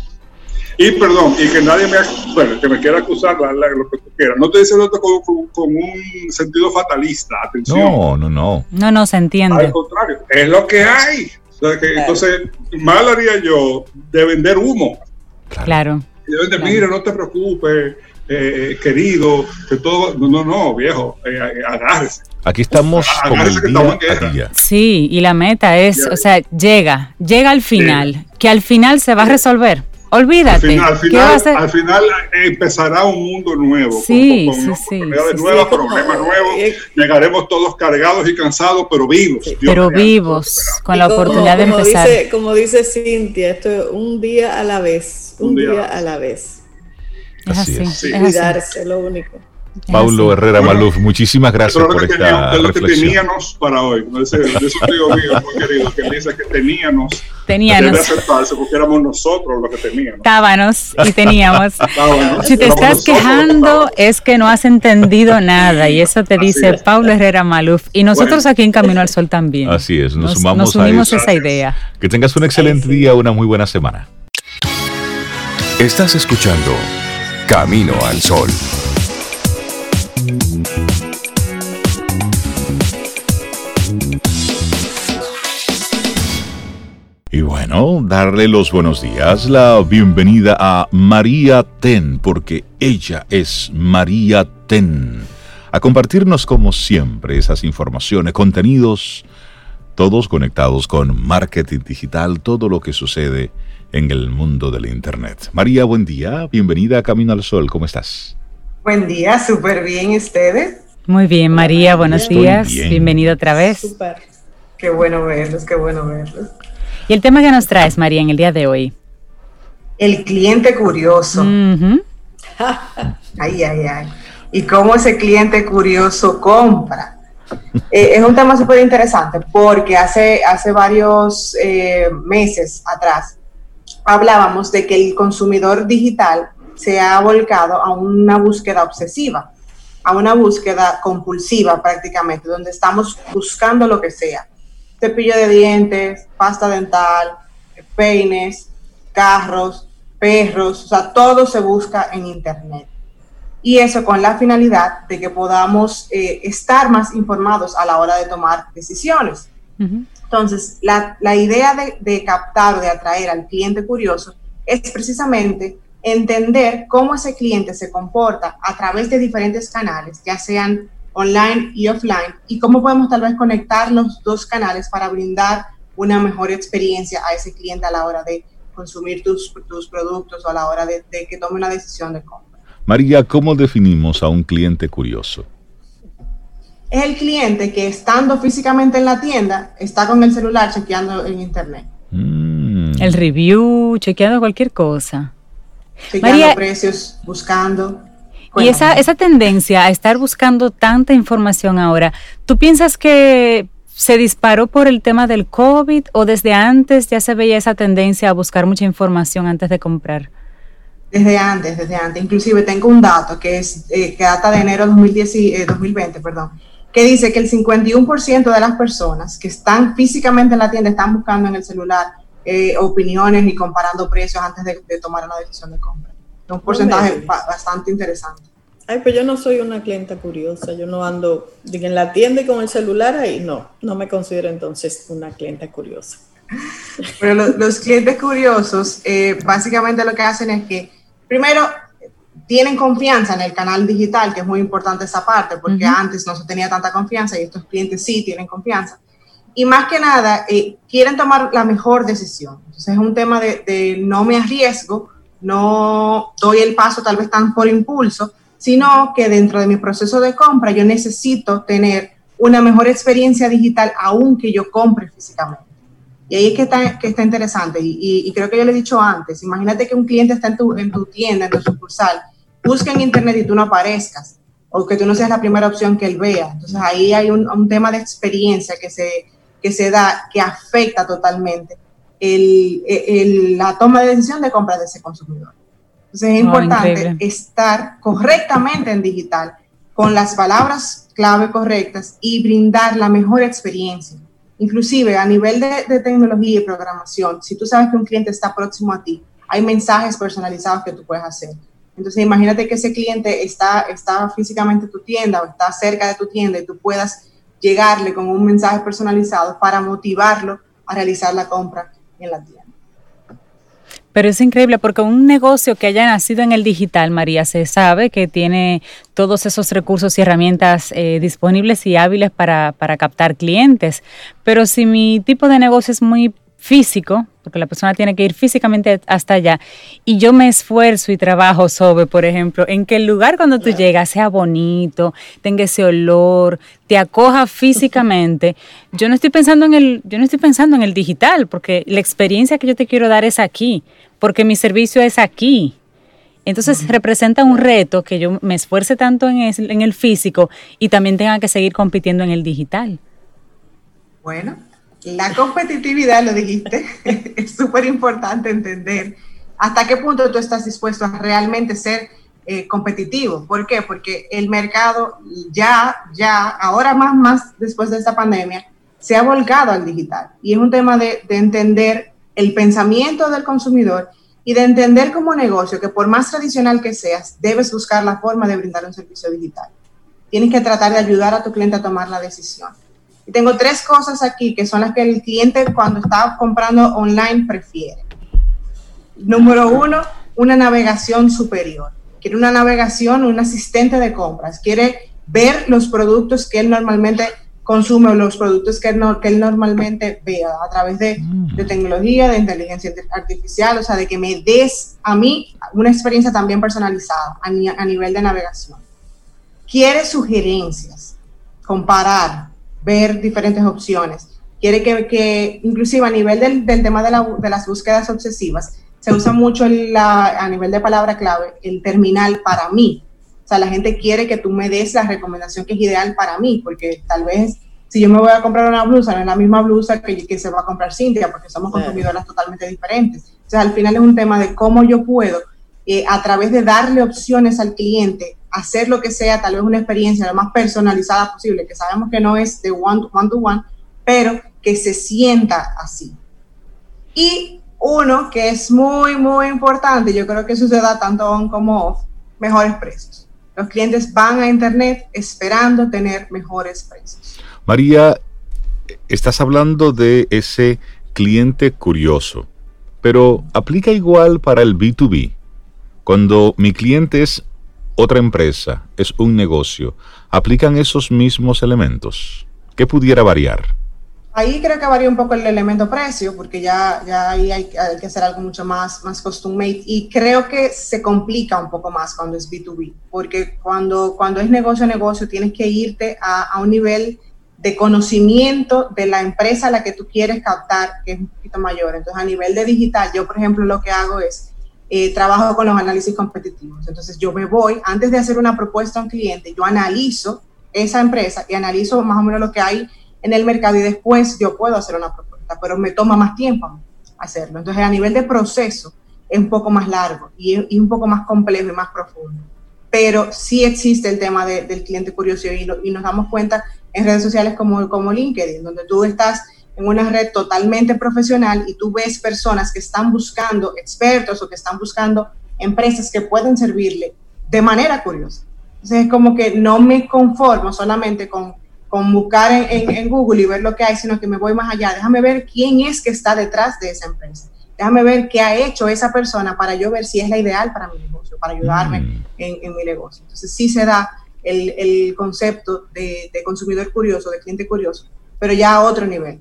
Y perdón, y que nadie me, bueno, que me quiera acusar, la, la, lo que tú quieras. No estoy diciendo esto con, con, con un sentido fatalista, atención. No, no, no. No, no se entiende. Al contrario, es lo que hay. O sea, que, claro. Entonces, mal haría yo de vender humo. Claro. Y de vender, claro. Mira, no te preocupes, eh, querido, que todo, no, no, no viejo, eh, agárrese. Aquí estamos con el día a día. Sí, y la meta es, ya, o sea, llega, llega al final, sí. Que al final se va a resolver. Olvídate. Al final, al final, va a ser? Al final empezará un mundo nuevo, sí, con, con, sí, con sí, oportunidades sí, nuevas, sí. problemas nuevos. Llegaremos todos cargados y cansados, pero vivos. Dios pero mediante, vivos, con la como, oportunidad como de empezar. Dice, como dice Cintia, esto es un día a la vez, un, un día, día a la vez. Es así, es. Sí. Es Cuidarse, es lo único. Paulo Herrera Maluf, muchísimas gracias por esta teníamos, reflexión. Es lo que teníamos para hoy. De ese, de ese tío mío, muy querido, que dice que teníamos. Teníamos. Debe aceptarse porque éramos nosotros los que teníamos. Estábamos y teníamos. Estábamos, si te estás quejando es que no has entendido nada y eso te dice es. Paulo Herrera Maluf. Y nosotros bueno. Aquí en Camino al Sol también. Así es, nos, nos sumamos nos unimos a, a esa idea. Que tengas un excelente día, una muy buena semana. Estás escuchando Camino al Sol. Y bueno, darle los buenos días, la bienvenida a María Ten, porque ella es María Ten, a compartirnos como siempre esas informaciones, contenidos, todos conectados con marketing digital, todo lo que sucede en el mundo del Internet. María, buen día, bienvenida a Camino al Sol, ¿cómo estás? Buen día, súper bien, ¿ustedes? Muy bien, María, buenos Estoy días, bien. Bienvenida otra vez. Súper. Qué bueno verlos, qué bueno verlos. ¿Y el tema que nos traes, María, en el día de hoy? El cliente curioso. Uh-huh. Ay, ay, ay. ¿Y cómo ese cliente curioso compra? Eh, es un tema súper interesante porque hace, hace varios eh, meses atrás hablábamos de que el consumidor digital se ha volcado a una búsqueda obsesiva, a una búsqueda compulsiva prácticamente, donde estamos buscando lo que sea. Cepillo de dientes, pasta dental, peines, carros, perros, o sea, todo se busca en Internet. Y eso con la finalidad de que podamos eh, estar más informados a la hora de tomar decisiones. Uh-huh. Entonces, la, la idea de, de captar o de atraer al cliente curioso es precisamente entender cómo ese cliente se comporta a través de diferentes canales, ya sean online y offline, y cómo podemos tal vez conectar los dos canales para brindar una mejor experiencia a ese cliente a la hora de consumir tus, tus productos o a la hora de, de que tome una decisión de compra. María, ¿cómo definimos a un cliente curioso? Es el cliente que estando físicamente en la tienda, está con el celular chequeando en internet. Mm. El review, chequeando cualquier cosa. Chequeando María, precios, buscando... Y esa, esa tendencia a estar buscando tanta información ahora, ¿tú piensas que se disparó por el tema del COVID o desde antes ya se veía esa tendencia a buscar mucha información antes de comprar? Desde antes, desde antes. Inclusive tengo un dato que es eh, que data de enero de dos mil diez, eh, dos mil veinte, perdón, que dice que el cincuenta y uno por ciento de las personas que están físicamente en la tienda están buscando en el celular eh, opiniones y comparando precios antes de, de tomar una decisión de compra. Un porcentaje ba- bastante interesante. Ay, pues yo no soy una clienta curiosa, yo no ando digo, en la tienda y con el celular ahí, no, no me considero entonces una clienta curiosa. Pero los, los clientes curiosos eh, básicamente lo que hacen es que, primero, tienen confianza en el canal digital, que es muy importante esa parte, porque uh-huh. antes no se tenía tanta confianza y estos clientes sí tienen confianza. Y más que nada, eh, quieren tomar la mejor decisión. Entonces es un tema de, de no me arriesgo, no doy el paso tal vez tan por impulso, sino que dentro de mi proceso de compra yo necesito tener una mejor experiencia digital aunque yo compre físicamente. Y ahí es que está, que está interesante, y, y, y creo que yo le he dicho antes, imagínate que un cliente está en tu, en tu tienda, en tu sucursal, busca en internet y tú no aparezcas, o que tú no seas la primera opción que él vea. Entonces ahí hay un, un tema de experiencia que se, que se da, que afecta totalmente el, el, la toma de decisión de compra de ese consumidor. Entonces es importante increíble. Estar correctamente en digital, con las palabras clave correctas y brindar la mejor experiencia. Inclusive a nivel de, de tecnología y programación, si tú sabes que un cliente está próximo a ti, hay mensajes personalizados que tú puedes hacer. Entonces imagínate que ese cliente está, está físicamente en tu tienda o está cerca de tu tienda y tú puedas llegarle con un mensaje personalizado para motivarlo a realizar la compra en la tienda. Pero es increíble porque un negocio que haya nacido en el digital, María, se sabe que tiene todos esos recursos y herramientas eh, disponibles y hábiles para, para captar clientes. Pero si mi tipo de negocio es muy físico, porque la persona tiene que ir físicamente hasta allá, y yo me esfuerzo y trabajo sobre, por ejemplo, en que el lugar cuando tú llegas sea bonito, tenga ese olor, te acoja físicamente, yo no estoy pensando en el, yo no estoy pensando en el digital, porque la experiencia que yo te quiero dar es aquí, porque mi servicio es aquí. Entonces uh-huh. representa un reto que yo me esfuerce tanto en el, en el físico y también tenga que seguir compitiendo en el digital. Bueno, la competitividad, lo dijiste, es súper importante entender hasta qué punto tú estás dispuesto a realmente ser eh, competitivo. ¿Por qué? Porque el mercado ya, ya, ahora más, más después de esta pandemia, se ha volcado al digital. Y es un tema de, de entender el pensamiento del consumidor y de entender como negocio que por más tradicional que seas, debes buscar la forma de brindar un servicio digital. Tienes que tratar de ayudar a tu cliente a tomar la decisión. Y tengo tres cosas aquí que son las que el cliente cuando está comprando online prefiere. Número uno, una navegación superior. Quiere una navegación, un asistente de compras. Quiere ver los productos que él normalmente consume o los productos que él, no, que él normalmente vea a través de, de tecnología, de inteligencia artificial, o sea, de que me des a mí una experiencia también personalizada a, ni, a nivel de navegación. Quiere sugerencias, comparar, ver diferentes opciones. Quiere que, que inclusive a nivel del, del tema de, la, de las búsquedas obsesivas, se usa mucho la, a nivel de palabra clave el terminal para mí. O sea, la gente quiere que tú me des la recomendación que es ideal para mí, porque tal vez si yo me voy a comprar una blusa, no es la misma blusa que, que se va a comprar Cintia, porque somos consumidoras totalmente diferentes. Entonces, al final es un tema de cómo yo puedo, eh, a través de darle opciones al cliente, hacer lo que sea, tal vez una experiencia lo más personalizada posible, que sabemos que no es de one to one, to one pero que se sienta así. Y uno que es muy, muy importante, yo creo que eso se da tanto on como off, mejores precios. Los clientes van a internet esperando tener mejores precios. María, estás hablando de ese cliente curioso, pero ¿aplica igual para el B dos B? Cuando mi cliente es otra empresa, es un negocio, ¿aplican esos mismos elementos? ¿Qué pudiera variar? Ahí creo que varía un poco el elemento precio, porque ya, ya ahí hay, hay que hacer algo mucho más, más custom made, y creo que se complica un poco más cuando es B dos B, porque cuando, cuando es negocio a negocio tienes que irte a, a un nivel de conocimiento de la empresa a la que tú quieres captar, que es un poquito mayor. Entonces, a nivel de digital, yo, por ejemplo, lo que hago es, eh, trabajo con los análisis competitivos. Entonces, yo me voy, antes de hacer una propuesta a un cliente, yo analizo esa empresa y analizo más o menos lo que hay en el mercado y después yo puedo hacer una propuesta, pero me toma más tiempo hacerlo. Entonces, a nivel de proceso, es un poco más largo y, y un poco más complejo y más profundo. Pero sí existe el tema de, del cliente curioso y, lo, y nos damos cuenta en redes sociales como, como LinkedIn, donde tú estás en una red totalmente profesional y tú ves personas que están buscando expertos o que están buscando empresas que pueden servirle de manera curiosa. Entonces es como que no me conformo solamente con, con buscar en, en, en Google y ver lo que hay, sino que me voy más allá. Déjame ver quién es que está detrás de esa empresa. Déjame ver qué ha hecho esa persona para yo ver si es la ideal para mi negocio, para ayudarme mm. en, en mi negocio. Entonces sí se da el, el concepto de, de consumidor curioso, de cliente curioso, pero ya a otro nivel.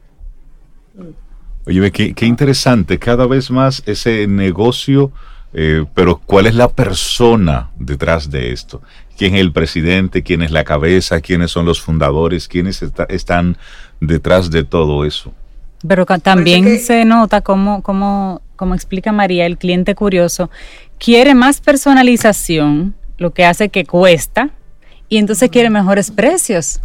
Oye, qué, qué interesante, cada vez más ese negocio, eh, pero ¿cuál es la persona detrás de esto? ¿Quién es el presidente? ¿Quién es la cabeza? ¿Quiénes son los fundadores? ¿Quiénes está, están detrás de todo eso? Pero también que se nota, como, como, como explica María, el cliente curioso quiere más personalización, lo que hace que cuesta, y entonces uh-huh. quiere mejores precios.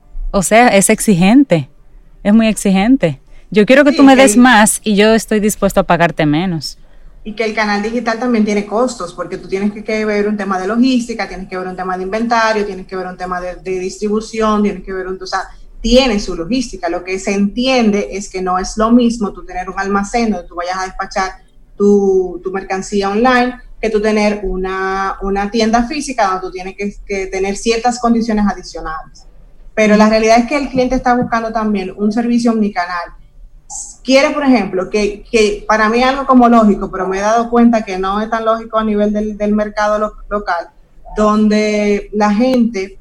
O sea, es exigente, es muy exigente. Yo quiero que sí, tú me des el, más y yo estoy dispuesto a pagarte menos. Y que el canal digital también tiene costos, porque tú tienes que, que ver un tema de logística, tienes que ver un tema de inventario, tienes que ver un tema de, de distribución, tienes que ver un... O sea, tiene su logística. Lo que se entiende es que no es lo mismo tú tener un almacén donde tú vayas a despachar tu, tu mercancía online que tú tener una, una tienda física donde tú tienes que, que tener ciertas condiciones adicionales. Pero la realidad es que el cliente está buscando también un servicio omnicanal. Quiere, por ejemplo, que, que para mí es algo como lógico, pero me he dado cuenta que no es tan lógico a nivel del, del mercado lo, local, donde la gente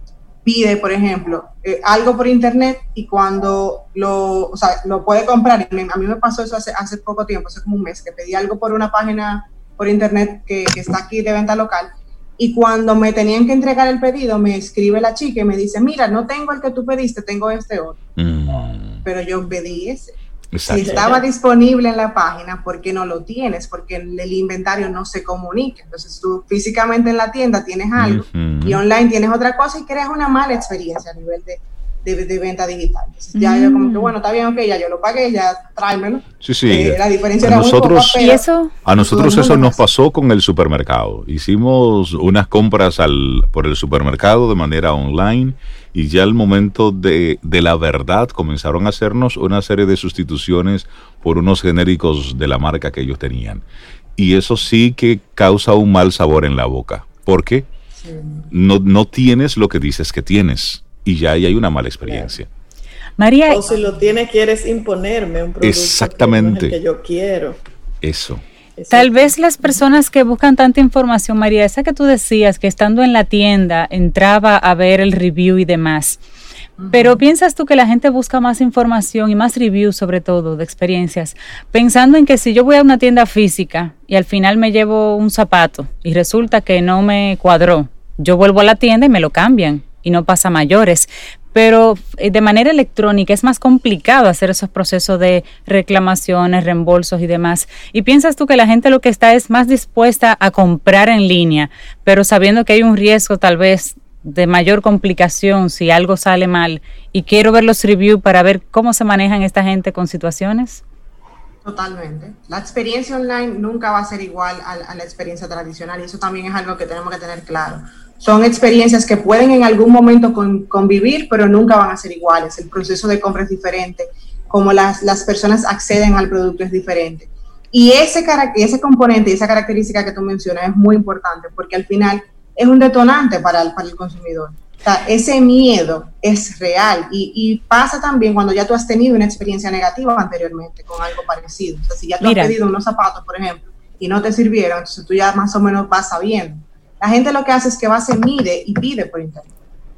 pide, por ejemplo, eh, algo por internet y cuando lo, o sea, lo puede comprar. A mí me pasó eso hace, hace poco tiempo, hace como un mes, que pedí algo por una página por internet que, que está aquí de venta local, y cuando me tenían que entregar el pedido, me escribe la chica y me dice, mira, no tengo el que tú pediste, tengo este otro. Mm. Pero yo pedí ese. Exacto. Si estaba disponible en la página, ¿por qué no lo tienes? Porque el, el inventario no se comunica. Entonces tú físicamente en la tienda tienes algo uh-huh. y online tienes otra cosa y creas una mala experiencia a nivel de, de, de venta digital. Entonces ya uh-huh. yo como que, bueno, está bien, ok, ya yo lo pagué, ya tráemelo. Sí, sí. Eh, la diferencia a era nosotros, muy poca, ¿y eso? A nosotros eso nos pasó con el supermercado. Hicimos unas compras al, por el supermercado de manera online. Y ya al momento de, de la verdad comenzaron a hacernos una serie de sustituciones por unos genéricos de la marca que ellos tenían. Y eso sí que causa un mal sabor en la boca. ¿Por qué? Sí. No, no tienes lo que dices que tienes. Y ya ahí hay una mala experiencia. Claro. María. O si lo tienes, quieres imponerme un producto. Exactamente. Que, no es el que yo quiero. Eso. Tal vez las personas que buscan tanta información, María, esa que tú decías, que estando en la tienda entraba a ver el review y demás, uh-huh. pero ¿piensas tú que la gente busca más información y más reviews, sobre todo, de experiencias, pensando en que si yo voy a una tienda física y al final me llevo un zapato y resulta que no me cuadró, yo vuelvo a la tienda y me lo cambian y no pasa mayores? Pero de manera electrónica es más complicado hacer esos procesos de reclamaciones, reembolsos y demás. ¿Y piensas tú que la gente lo que está es más dispuesta a comprar en línea, pero sabiendo que hay un riesgo tal vez de mayor complicación si algo sale mal, y quiero ver los reviews para ver cómo se manejan esta gente con situaciones? Totalmente. La experiencia online nunca va a ser igual a, a la experiencia tradicional, y eso también es algo que tenemos que tener claro. Son experiencias que pueden en algún momento con, convivir, pero nunca van a ser iguales. El proceso de compra es diferente, como las, las personas acceden al producto es diferente. Y ese, ese componente y esa característica que tú mencionas es muy importante, porque al final es un detonante para el, para el consumidor. O sea, ese miedo es real y, y pasa también cuando ya tú has tenido una experiencia negativa anteriormente con algo parecido. O sea, si ya tú Mira. has pedido unos zapatos, por ejemplo, y no te sirvieron, entonces tú ya más o menos vas sabiendo. La gente lo que hace es que va, se mide y pide por internet.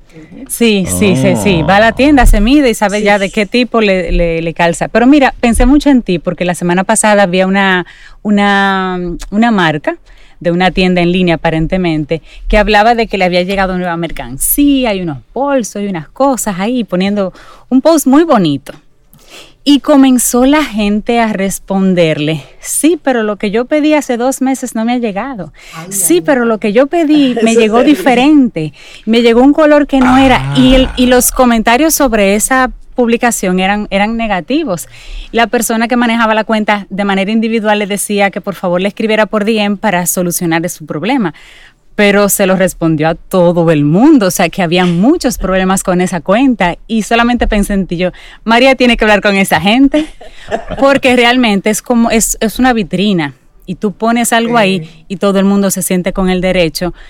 Sí, sí, oh. sí, sí. Va a la tienda, se mide y sabe sí. ya de qué tipo le, le, le calza. Pero mira, pensé mucho en ti porque la semana pasada había una, una, una marca de una tienda en línea aparentemente que hablaba de que le había llegado nueva mercancía y unos bolsos y unas cosas ahí, poniendo un post muy bonito. Y comenzó la gente a responderle, sí, pero lo que yo pedí hace dos meses no me ha llegado. Ay, sí, ay, pero lo que yo pedí me llegó serio? diferente, me llegó un color que no ah. era. Y, el, y los comentarios sobre esa publicación eran, eran negativos. La persona que manejaba la cuenta de manera individual le decía que por favor le escribiera por D M para solucionar su problema. Pero se lo respondió a todo el mundo, o sea que había muchos problemas con esa cuenta y solamente pensé en ti yo, María tiene que hablar con esa gente porque realmente es como, es, es una vitrina y tú pones algo ahí y todo el mundo se siente con el derecho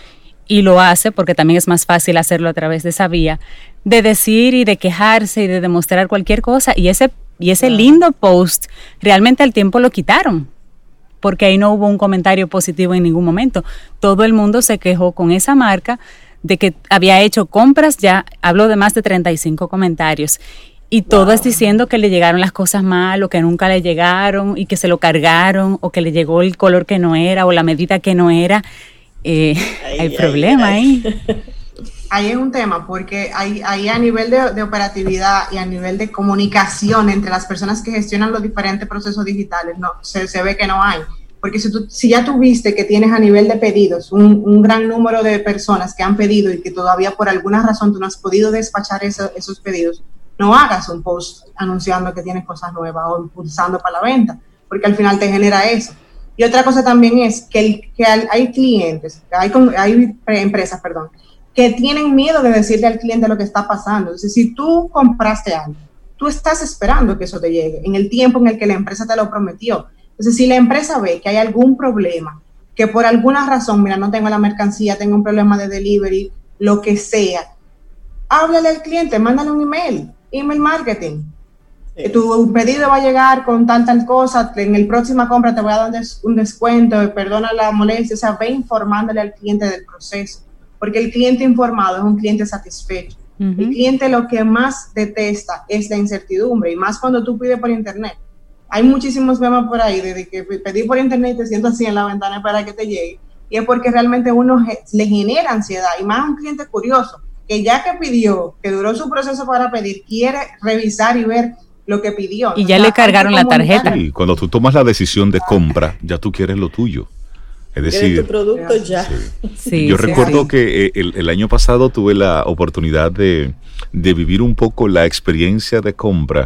y lo hace porque también es más fácil hacerlo a través de esa vía, de decir y de quejarse y de demostrar cualquier cosa, y ese, y ese lindo post realmente al tiempo lo quitaron, porque ahí no hubo un comentario positivo en ningún momento. Todo el mundo se quejó con esa marca de que había hecho compras, ya habló de más de treinta y cinco comentarios, y todas wow. diciendo que le llegaron las cosas mal, o que nunca le llegaron, y que se lo cargaron, o que le llegó el color que no era, o la medida que no era. Eh, ay, hay ay, problema ay. ahí. Ahí es un tema, porque ahí, ahí a nivel de, de operatividad y a nivel de comunicación entre las personas que gestionan los diferentes procesos digitales, no se, se ve que no hay. Porque si, tú, si ya tuviste que tienes a nivel de pedidos un, un gran número de personas que han pedido y que todavía por alguna razón tú no has podido despachar eso, esos pedidos, no hagas un post anunciando que tienes cosas nuevas o impulsando para la venta, porque al final te genera eso. Y otra cosa también es que, el, que hay clientes, hay, hay empresas, perdón, que tienen miedo de decirle al cliente lo que está pasando. Entonces, si tú compraste algo, tú estás esperando que eso te llegue en el tiempo en el que la empresa te lo prometió. Entonces, si la empresa ve que hay algún problema, que por alguna razón, mira, no tengo la mercancía, tengo un problema de delivery, lo que sea, háblale al cliente, mándale un email, email marketing. Sí. Tu pedido va a llegar con tal, tal cosa, en el próxima compra te voy a dar un, des, un descuento, perdona la molestia, o sea, ve informándole al cliente del proceso, porque el cliente informado es un cliente satisfecho. Uh-huh. El cliente lo que más detesta es la incertidumbre, y más cuando tú pides por internet. Hay muchísimos memes por ahí de que pedí por internet y te siento así en la ventana para que te llegue, y es porque realmente uno le genera ansiedad, y más un cliente curioso, que ya que pidió, que duró su proceso para pedir, quiere revisar y ver lo que pidió. Y ya o sea, le cargaron la tarjeta. Y cuando tú tomas la decisión de compra, ya tú quieres lo tuyo. Es decir, tu producto ya. Sí. Sí, yo sí, recuerdo sí. que el, el año pasado tuve la oportunidad de, de vivir un poco la experiencia de compra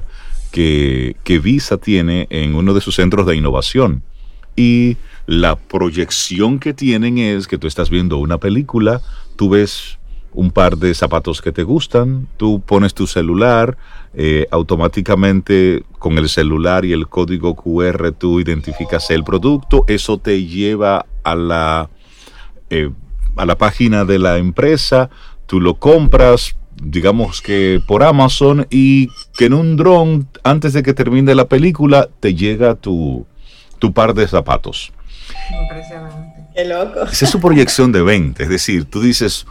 que, que Visa tiene en uno de sus centros de innovación. Y la proyección que tienen es que tú estás viendo una película, tú ves un par de zapatos que te gustan, tú pones tu celular, eh, automáticamente con el celular y el código cu erre tú identificas el producto, eso te lleva a la, eh, a la página de la empresa, tú lo compras, digamos que por Amazon, y que en un dron, antes de que termine la película, te llega tu, tu par de zapatos. Impresionante. Qué loco. Esa es su proyección de venta, es decir, tú dices,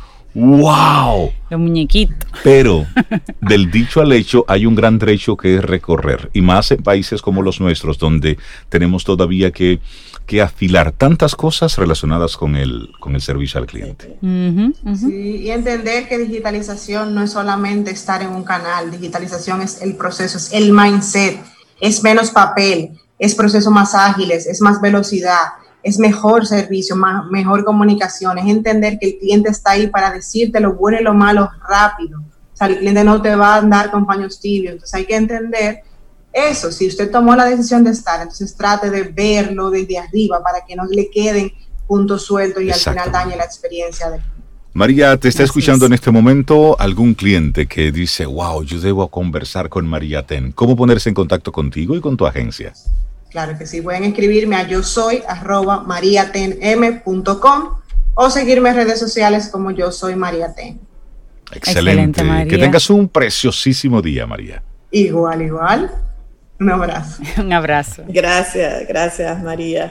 ¡wow! El muñequito. Pero del dicho al hecho hay un gran trecho que es recorrer, y más en países como los nuestros, donde tenemos todavía que, que afilar tantas cosas relacionadas con el, con el servicio al cliente. Uh-huh, uh-huh. Sí, y entender que digitalización no es solamente estar en un canal, digitalización es el proceso, es el mindset, es menos papel, es procesos más ágiles, es más velocidad, es mejor servicio, más, mejor comunicación, es entender que el cliente está ahí para decirte lo bueno y lo malo rápido. O sea, el cliente no te va a andar con paños tibios. Entonces hay que entender eso. Si usted tomó la decisión de estar, entonces trate de verlo desde arriba para que no le queden puntos sueltos y al final dañe la experiencia del cliente. María, ¿te está Así escuchando es. en este momento algún cliente que dice, wow, yo debo conversar con María Ten? ¿Cómo ponerse en contacto contigo y con tu agencia? Claro que sí, pueden escribirme a yo soy arroba mariatenm punto com o seguirme en redes sociales como yo soy María Ten. Excelente, Excelente María. Que tengas un preciosísimo día, María. Igual, igual. Un abrazo. Un abrazo. Gracias, gracias, María.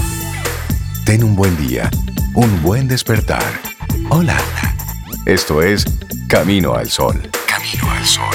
Ten un buen día, un buen despertar. Hola. Esto es Camino al Sol. Camino al Sol.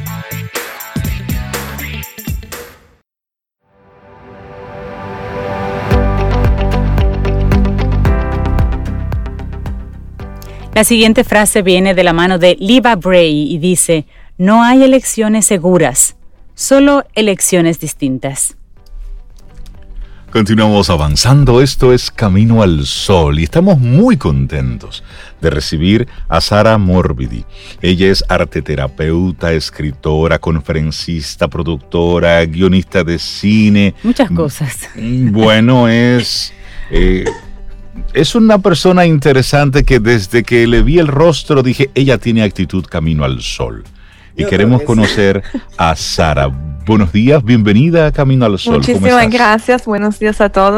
La siguiente frase viene de la mano de Liva Bray y dice, no hay elecciones seguras, solo elecciones distintas. Continuamos avanzando, esto es Camino al Sol y estamos muy contentos de recibir a Sara Morbidi. Ella es arteterapeuta, escritora, conferencista, productora, guionista de cine. Muchas cosas. Bueno, es... Eh, Es una persona interesante que desde que le vi el rostro dije, ella tiene actitud Camino al Sol. Y Yo queremos que conocer sí. a Sara. Buenos días, bienvenida a Camino al Sol. Muchísimas gracias, buenos días a todos.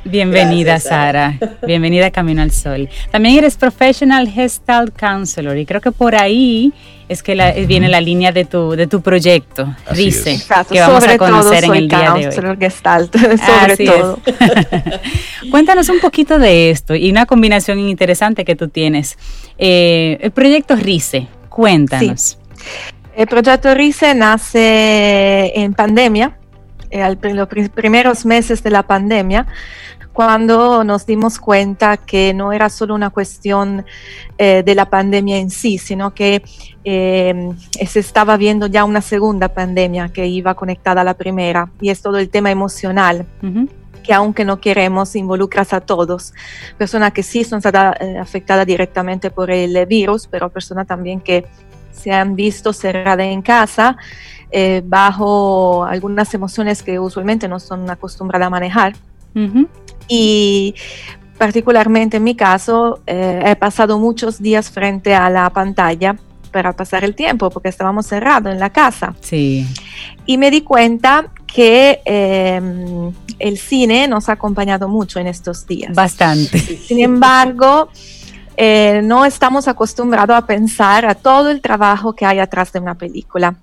Bienvenida, Gracias, Sara. Sara. Bienvenida a Camino al Sol. También eres Professional Gestalt Counselor y creo que por ahí es que la, viene la línea de tu, de tu proyecto, Así RISE, es. que vamos sobre a conocer todo en el día de hoy. Gestalt, sobre Así todo. Cuéntanos un poquito de esto y una combinación interesante que tú tienes. Eh, el proyecto RISE, cuéntanos. Sí. El proyecto RISE nace en pandemia, eh, al, los primeros meses de la pandemia, cuando nos dimos cuenta que no era solo una cuestión eh, de la pandemia en sí, sino que eh, se estaba viendo ya una segunda pandemia que iba conectada a la primera, y es todo el tema emocional. Uh-huh. Que aunque no queremos, involucras a todos, personas que sí son eh, afectadas directamente por el virus, pero personas también que se han visto cerradas en casa, eh, bajo algunas emociones que usualmente no son acostumbradas a manejar. Uh-huh. Y particularmente en mi caso, eh, he pasado muchos días frente a la pantalla para pasar el tiempo, porque estábamos cerrados en la casa. Sí. Y me di cuenta que eh, el cine nos ha acompañado mucho en estos días. Bastante. Sin embargo, eh, no estamos acostumbrados a pensar a todo el trabajo que hay atrás de una película.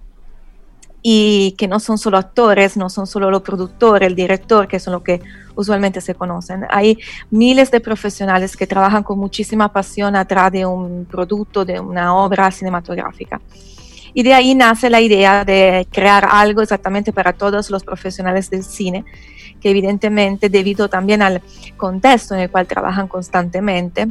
Y que no son solo actores, no son solo los productores, el director, que son los que usualmente se conocen. Hay miles de profesionales que trabajan con muchísima pasión atrás de un producto, de una obra cinematográfica. Y de ahí nace la idea de crear algo exactamente para todos los profesionales del cine, que evidentemente, debido también al contexto en el cual trabajan constantemente,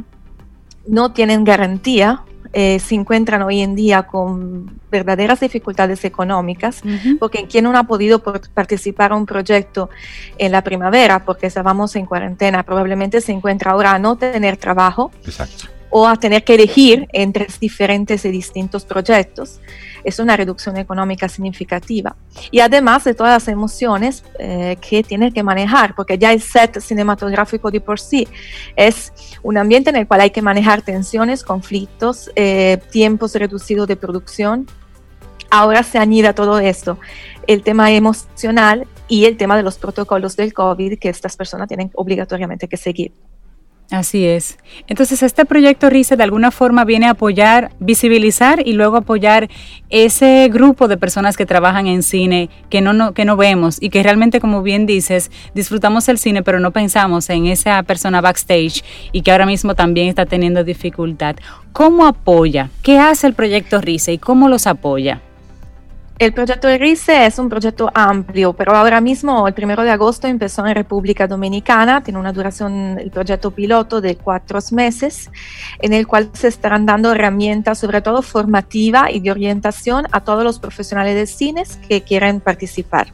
no tienen garantía. Eh, se encuentran hoy en día con verdaderas dificultades económicas, uh-huh. porque quien no ha podido por participar en un proyecto en la primavera, porque estábamos en cuarentena, probablemente se encuentra ahora a no tener trabajo. Exacto. O a tener que elegir entre diferentes y distintos proyectos. Es una reducción económica significativa. Y además de todas las emociones eh, que tiene que manejar, porque ya el set cinematográfico de por sí es un ambiente en el cual hay que manejar tensiones, conflictos, eh, tiempos reducidos de producción. Ahora se añade a todo esto el tema emocional y el tema de los protocolos del COVID que estas personas tienen obligatoriamente que seguir. Así es. Entonces, este proyecto RISE de alguna forma viene a apoyar, visibilizar y luego apoyar ese grupo de personas que trabajan en cine que no, no, que no vemos y que realmente, como bien dices, disfrutamos el cine, pero no pensamos en esa persona backstage y que ahora mismo también está teniendo dificultad. ¿Cómo apoya? ¿Qué hace el proyecto RISE y cómo los apoya? El proyecto de RISE es un proyecto amplio, pero ahora mismo, el primero de agosto, empezó en República Dominicana. Tiene una duración, el proyecto piloto, de cuatro meses, en el cual se estarán dando herramientas, sobre todo formativa y de orientación, a todos los profesionales de cines que quieren participar.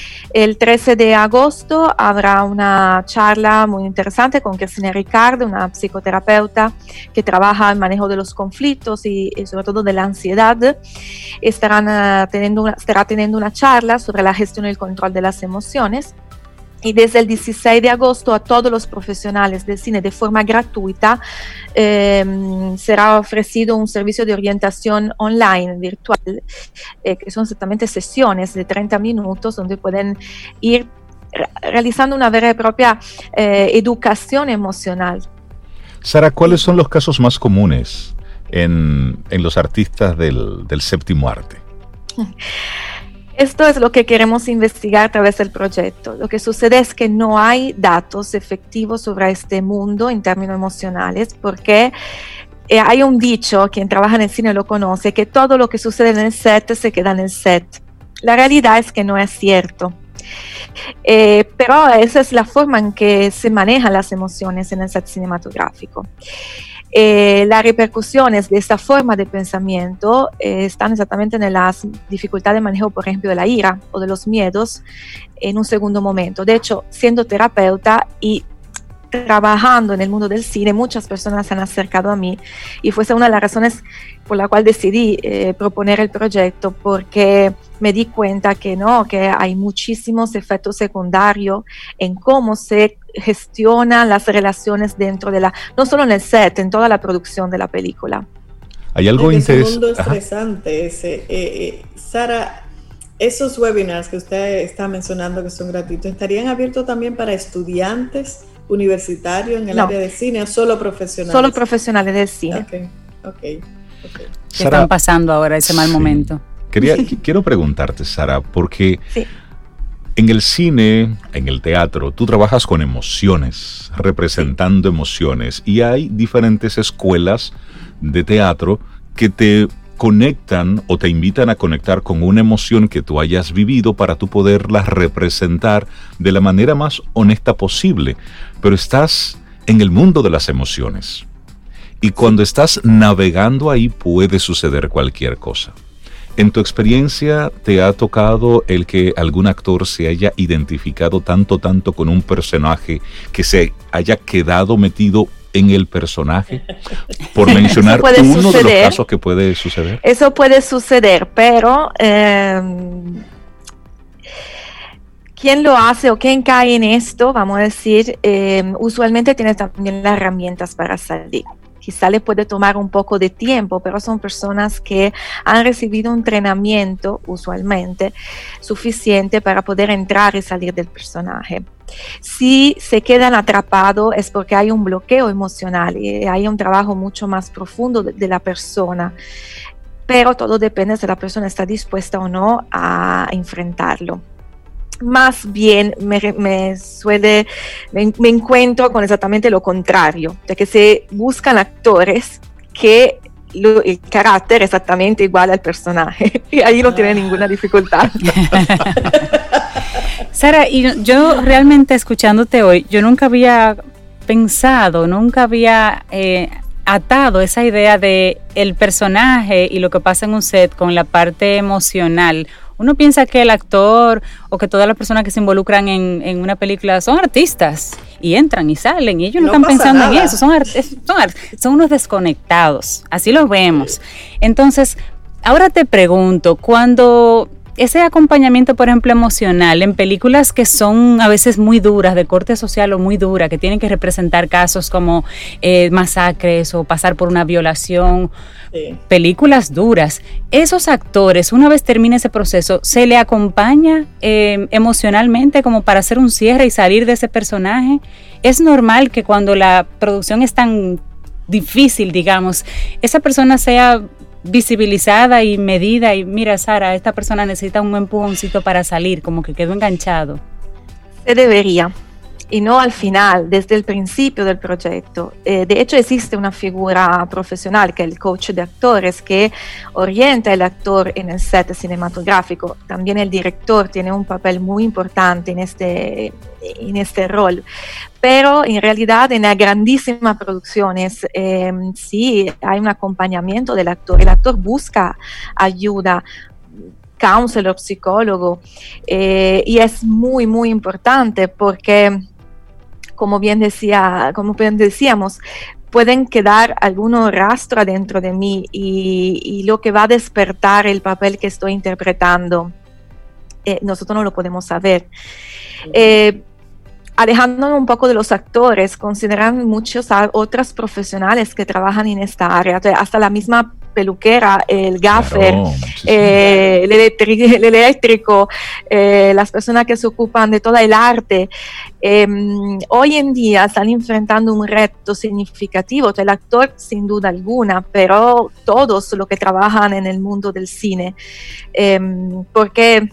El trece de agosto habrá una charla muy interesante con Cristina Ricardo, una psicoterapeuta que trabaja en manejo de los conflictos y, y sobre todo de la ansiedad. Estarán, uh, teniendo una, estará teniendo una charla sobre la gestión y el control de las emociones. Y desde el dieciséis de agosto a todos los profesionales del cine de forma gratuita eh, será ofrecido un servicio de orientación online, virtual, eh, que son exactamente sesiones de treinta minutos donde pueden ir realizando una vera y propia eh, educación emocional. Sara, ¿cuáles son los casos más comunes en, en los artistas del, del séptimo arte? Esto es lo que queremos investigar a través del proyecto. Lo que sucede es que no hay datos efectivos sobre este mundo en términos emocionales, porque eh, hay un dicho, quien trabaja en el cine lo conoce, que todo lo que sucede en el set se queda en el set. La realidad es que no es cierto. Eh, pero esa es la forma en que se manejan las emociones en el set cinematográfico. Eh, las repercusiones de esta forma de pensamiento eh, están exactamente en las dificultades de manejo, por ejemplo, de la ira o de los miedos en un segundo momento. De hecho, siendo terapeuta y trabajando en el mundo del cine, muchas personas se han acercado a mí y fue una de las razones por la cual decidí eh, proponer el proyecto, porque me di cuenta que no, que hay muchísimos efectos secundarios en cómo se gestionan las relaciones dentro de la, no solo en el set, en toda la producción de la película. Hay algo interesante. Es un mundo estresante ese. Eh, eh, Sara, esos webinars que usted está mencionando que son gratuitos, ¿estarían abiertos también para estudiantes universitario en el no. área de cine o solo profesionales? Solo profesionales del cine. Okay, okay, okay. ¿Qué Sara, están pasando ahora ese mal sí. momento? Quería, quiero preguntarte, Sara, porque sí. en el cine, en el teatro, tú trabajas con emociones, representando sí. emociones, y hay diferentes escuelas de teatro que te conectan o te invitan a conectar con una emoción que tú hayas vivido para tú poderla representar de la manera más honesta posible. Pero estás en el mundo de las emociones. Y cuando estás navegando ahí puede suceder cualquier cosa. ¿En tu experiencia te ha tocado el que algún actor se haya identificado tanto, tanto con un personaje que se haya quedado metido en el personaje? Por mencionar uno suceder. de los casos que puede suceder. Eso puede suceder, pero eh, quien lo hace o quien cae en esto, vamos a decir, eh, usualmente tiene también las herramientas para salir. Quizá le puede tomar un poco de tiempo, pero son personas que han recibido un entrenamiento, usualmente, suficiente para poder entrar y salir del personaje. Si se quedan atrapados es porque hay un bloqueo emocional y hay un trabajo mucho más profundo de, de la persona, pero todo depende si la persona está dispuesta o no a enfrentarlo. Más bien me, me suele, me, me encuentro con exactamente lo contrario, de que se buscan actores que lo, el carácter es exactamente igual al personaje, y ahí no tiene ninguna dificultad. Sara, y yo realmente escuchándote hoy, yo nunca había pensado, nunca había eh, atado esa idea de el personaje y lo que pasa en un set con la parte emocional. Uno piensa que el actor o que todas las personas que se involucran en, en una película son artistas y entran y salen y ellos no, no están pensando nada. en eso, son, art, son, art, son unos desconectados, así los vemos. Entonces, ahora te pregunto, cuando ese acompañamiento, por ejemplo, emocional en películas que son a veces muy duras, de corte social o muy dura, que tienen que representar casos como eh, masacres o pasar por una violación, sí. películas duras, esos actores, una vez termine ese proceso, ¿se le acompaña eh, emocionalmente como para hacer un cierre y salir de ese personaje? ¿Es normal que cuando la producción es tan difícil, digamos, esa persona sea visibilizada y medida y mira, Sara, esta persona necesita un empujoncito para salir, como que quedó enganchado? Se debería, y no al final, desde el principio del proyecto. Eh, de hecho, existe una figura profesional que es el coach de actores que orienta al actor en el set cinematográfico. También el director tiene un papel muy importante en este, en este rol. Pero en realidad en las grandísimas producciones eh, sí hay un acompañamiento del actor. El actor busca ayuda, counselor, psicólogo, eh, y es muy, muy importante porque, como bien decía, como bien decíamos, pueden quedar algunos rastros dentro de mí y, y lo que va a despertar el papel que estoy interpretando, eh, nosotros no lo podemos saber. Eh, Alejándonos un poco de los actores, consideran muchos otros profesionales que trabajan en esta área, hasta la misma peluquera, el gaffer, claro, eh, el, electri- el eléctrico, eh, las personas que se ocupan de todo el arte. Eh, hoy en día están enfrentando un reto significativo, el actor sin duda alguna, pero todos los que trabajan en el mundo del cine, eh, porque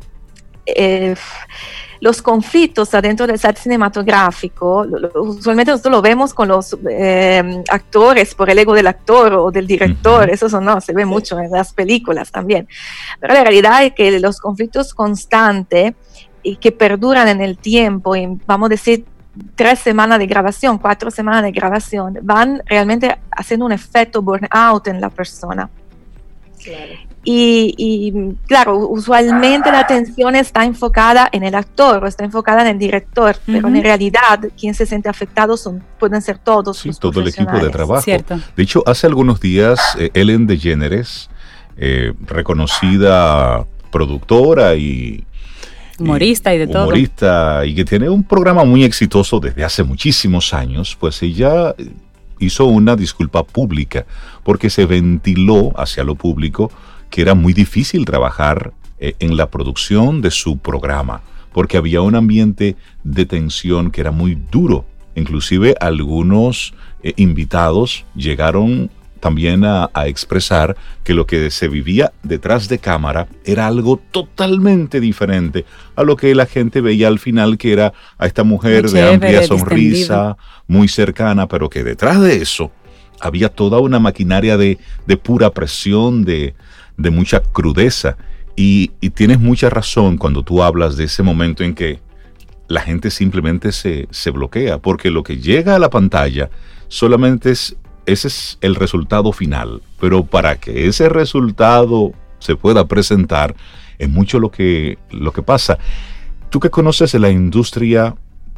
eh, los conflictos adentro del set cinematográfico, lo, lo, usualmente nosotros lo vemos con los eh, actores por el ego del actor o del director, uh-huh. eso no, se ve sí. mucho en las películas también, pero la realidad es que los conflictos constantes y que perduran en el tiempo, y vamos a decir tres semanas de grabación, cuatro semanas de grabación, van realmente haciendo un efecto burnout en la persona. Claro. Y, y claro, usualmente la atención está enfocada en el actor o está enfocada en el director, uh-huh. pero en realidad quien se siente afectado son, pueden ser todos sí, los todo el equipo de trabajo. Cierto. De hecho, hace algunos días eh, Ellen DeGeneres, eh, reconocida productora y humorista y, y de todo. Humorista y que tiene un programa muy exitoso desde hace muchísimos años, pues ella hizo una disculpa pública porque se ventiló hacia lo público que era muy difícil trabajar eh, en la producción de su programa, porque había un ambiente de tensión que era muy duro Inclusive algunos eh, invitados llegaron también a, a expresar que lo que se vivía detrás de cámara era algo totalmente diferente a lo que la gente veía al final, que era a esta mujer muy de chévere, amplia sonrisa, distendido, muy cercana, pero que detrás de eso había toda una maquinaria de, de pura presión, de, de mucha crudeza. Y, y tienes mucha razón cuando tú hablas de ese momento en que la gente simplemente se, se bloquea, porque lo que llega a la pantalla solamente es, ese es el resultado final, pero para que ese resultado se pueda presentar, es mucho lo que, lo que pasa. Tú que conoces de la industria,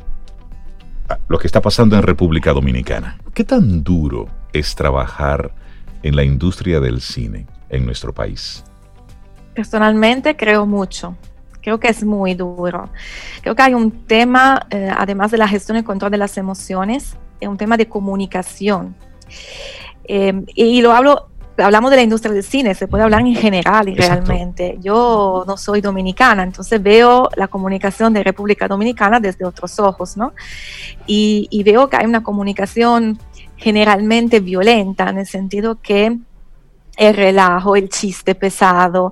lo que está pasando en República Dominicana, ¿qué tan duro es trabajar en la industria del cine en nuestro país? Personalmente creo mucho. Creo que es muy duro. Creo que hay un tema, eh, además de la gestión y control de las emociones, es un tema de comunicación. Eh, y lo hablo, hablamos de la industria del cine, se puede hablar en general y realmente. Yo no soy dominicana, entonces veo la comunicación de República Dominicana desde otros ojos, ¿no? Y, y veo que hay una comunicación generalmente violenta, en el sentido que el relajo, el chiste pesado,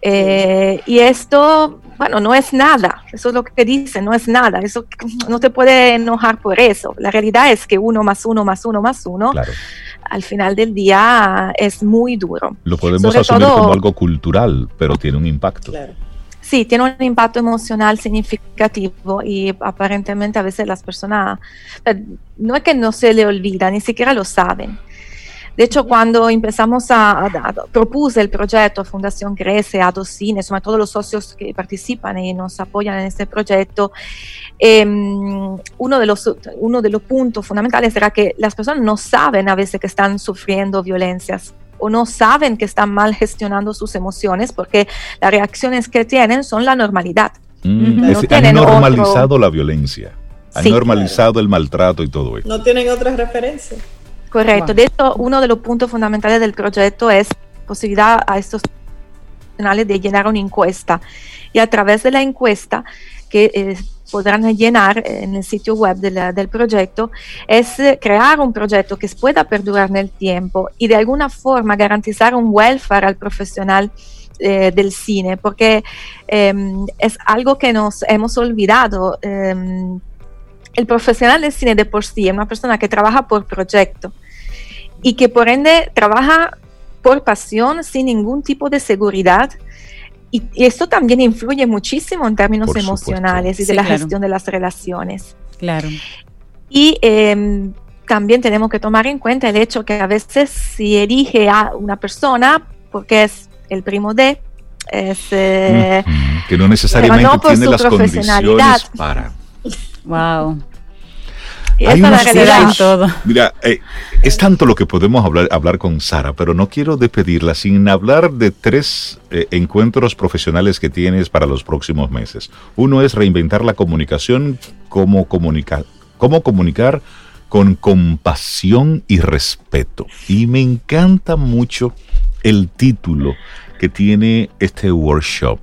eh, y esto, bueno, no es nada, eso es lo que dicen, no es nada, eso no te puede enojar por eso. La realidad es que uno más uno más uno más uno, claro, al final del día es muy duro. Lo podemos Sobre asumir todo, como algo cultural, pero tiene un impacto. Claro. Sí, tiene un impacto emocional significativo y aparentemente a veces las personas, no es que no se le olvida, ni siquiera lo saben. De hecho, cuando empezamos a, a, a propuse el proyecto Fundación Crece, Adocine, insomma todos los socios que participan y nos apoyan en este proyecto, eh, uno, de los, uno de los puntos fundamentales era que las personas no saben a veces que están sufriendo violencias o no saben que están mal gestionando sus emociones porque las reacciones que tienen son la normalidad. Mm, no es, han normalizado otro... la violencia, han sí, normalizado claro. el maltrato y todo eso. No tienen otras referencias. Correcto. Wow. De hecho, uno de los puntos fundamentales del proyecto es posibilidad a estos profesionales de llenar una encuesta. Y a través de la encuesta que eh, podrán llenar en el sitio web de la, del proyecto, es eh, crear un proyecto que pueda perdurar en el tiempo y de alguna forma garantizar un welfare al profesional eh, del cine, porque eh, es algo que nos hemos olvidado. Eh, El profesional del cine de por sí es una persona que trabaja por proyecto y que por ende trabaja por pasión sin ningún tipo de seguridad y, y esto también influye muchísimo en términos por emocionales supuesto. y de sí, la claro. gestión de las relaciones. Claro. Y eh, también tenemos que tomar en cuenta el hecho que a veces si elige a una persona porque es el primo de, es, eh, mm-hmm. que no necesariamente no tiene las condiciones para... Wow. Hay una realidad en todo. Mira, eh, es tanto lo que podemos hablar, hablar con Sara, pero no quiero despedirla sin hablar de tres eh, encuentros profesionales que tienes para los próximos meses. Uno es reinventar la comunicación, cómo comunicar, cómo comunicar con compasión y respeto. Y me encanta mucho el título que tiene este workshop.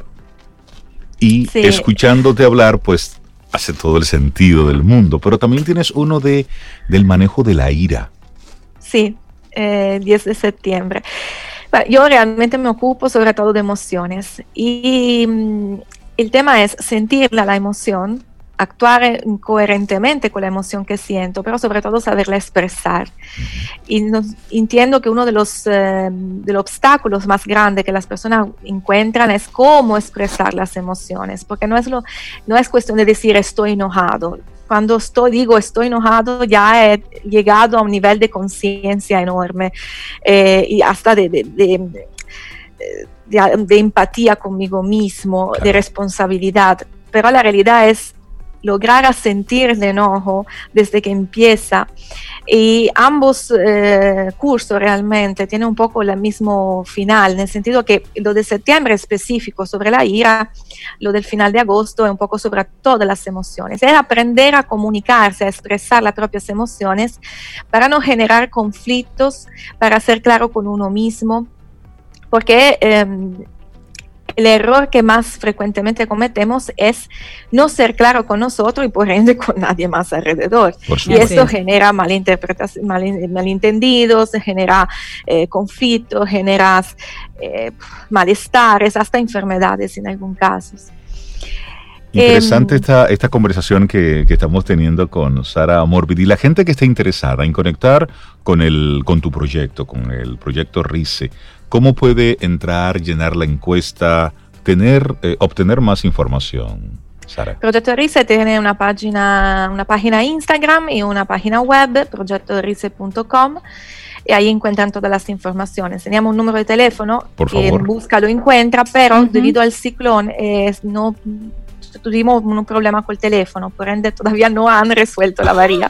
Y sí. escuchándote hablar, pues hace todo el sentido del mundo, pero también tienes uno de del manejo de la ira. Sí, eh, diez de septiembre. Bueno, yo realmente me ocupo sobre todo de emociones y mm, el tema es sentirla, la emoción, actuar coherentemente con la emoción que siento, pero sobre todo saberla expresar. Uh-huh. Y nos, entiendo que uno de los, eh, de los obstáculos más grandes que las personas encuentran es cómo expresar las emociones, porque no es, lo, no es cuestión de decir estoy enojado. Cuando estoy, digo estoy enojado, ya he llegado a un nivel de conciencia enorme eh, y hasta de, de, de, de, de empatía conmigo mismo, claro. de responsabilidad, pero la realidad es lograr sentir el enojo desde que empieza y ambos eh, cursos realmente tienen un poco el mismo final, en el sentido que lo de septiembre es específico sobre la ira, lo del final de agosto es un poco sobre todas las emociones, es aprender a comunicarse, a expresar las propias emociones para no generar conflictos, para ser claro con uno mismo, porque eh, el error que más frecuentemente cometemos es no ser claro con nosotros y por ende con nadie más alrededor. Y esto genera malinterpretación, mal, malentendidos, genera eh, conflictos, genera eh, malestares, hasta enfermedades en algunos casos. Interesante esta, esta conversación que, que estamos teniendo con Sara Morbidi. La gente que esté interesada en conectar con, el, con tu proyecto, con el proyecto RISE, ¿cómo puede entrar, llenar la encuesta, tener, eh, obtener más información, Sara? Progetto RISE tiene una página, una página Instagram y una página web, progetto rise punto com. Y ahí encuentran todas las informaciones. Teníamos un número de teléfono, por favor. Quien busca lo encuentra, pero uh-huh. debido al ciclón eh, no... tuvimos un problema col telefono, por ende todavía no han resuelto la avería.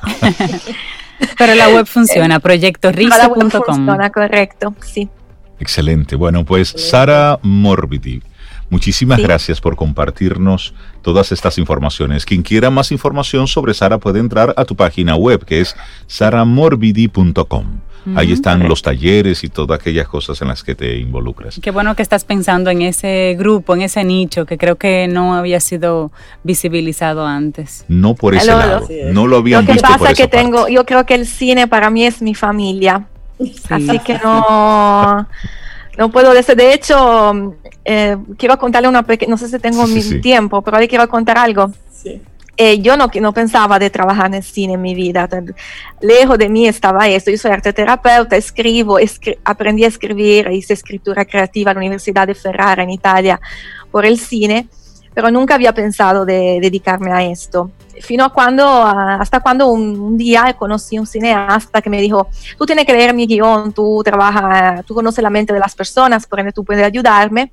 Pero la web funciona, progetto rise punto com. Funciona, correcto, sí. Excelente. Bueno, pues Sara Morbidi, muchísimas sí. gracias por compartirnos todas estas informaciones. Quien quiera más información sobre Sara puede entrar a tu página web, que es sara morbidi punto com. Ahí están okay. los talleres y todas aquellas cosas en las que te involucras. Qué bueno que estás pensando en ese grupo, en ese nicho, que creo que no había sido visibilizado antes. No por ese lo, lado, lo, no lo habían lo visto pasa por esa que parte. tengo, yo creo que el cine para mí es mi familia, sí. así que no... No puedo decir, de hecho, eh, quiero contarle una pequeña, no sé si tengo sí, mi sí. tiempo, pero le quiero contar algo. Sí. Eh, yo no, no pensaba de trabajar en el cine en mi vida, lejos de mí estaba esto. Yo soy arteterapeuta, escribo, escri- aprendí a escribir, hice escritura creativa en la Universidad de Ferrara en Italia por el cine, pero nunca había pensado de dedicarme a esto. Fino a cuando, hasta cuando un, un día conocí un cineasta que me dijo, tú tienes que leer mi guión, tú trabajas, tú conoces la mente de las personas, por ende tú puedes ayudarme.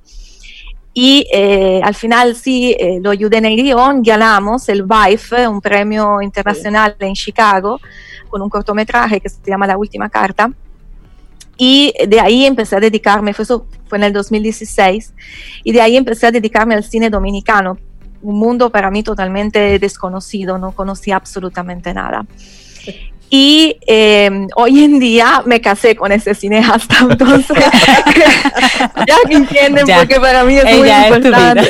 Y eh, al final sí, eh, lo ayudé en el guión, ganamos el V I F, un premio internacional sí. en Chicago, con un cortometraje que se llama La Última Carta. Y de ahí empecé a dedicarme, fue, eso fue en el dos mil dieciséis, y de ahí empecé a dedicarme al cine dominicano, un mundo para mí totalmente desconocido, no conocía absolutamente nada. Y eh, hoy en día me casé con ese cineasta, entonces ya entienden ya, porque para mí es muy importante.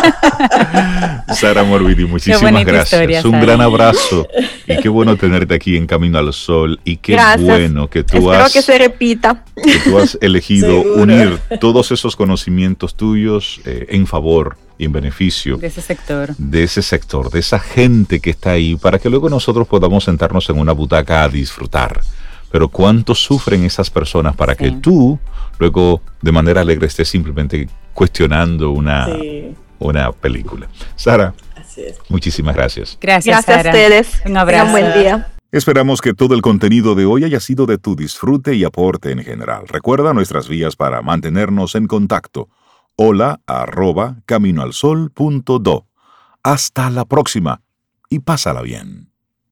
Es Sara Morbidi, muchísimas gracias. Historia, un gran abrazo y qué bueno tenerte aquí en Camino al Sol y qué gracias. bueno que tú Espero has que se repita. Que tú has elegido Seguro. unir todos esos conocimientos tuyos eh, en favor y en beneficio de ese sector, de ese sector, de esa gente que está ahí, para que luego nosotros podamos sentarnos en una butaca a disfrutar. Pero cuánto sufren esas personas para sí. que tú luego de manera alegre estés simplemente cuestionando una, sí. una película. Sara, Así es. muchísimas gracias. Gracias, gracias Sara. a ustedes. Un abrazo. Un buen día. Esperamos que todo el contenido de hoy haya sido de tu disfrute y aporte en general. Recuerda nuestras vías para mantenernos en contacto. Hola arroba caminoalsol punto do. Hasta la próxima y pásala bien.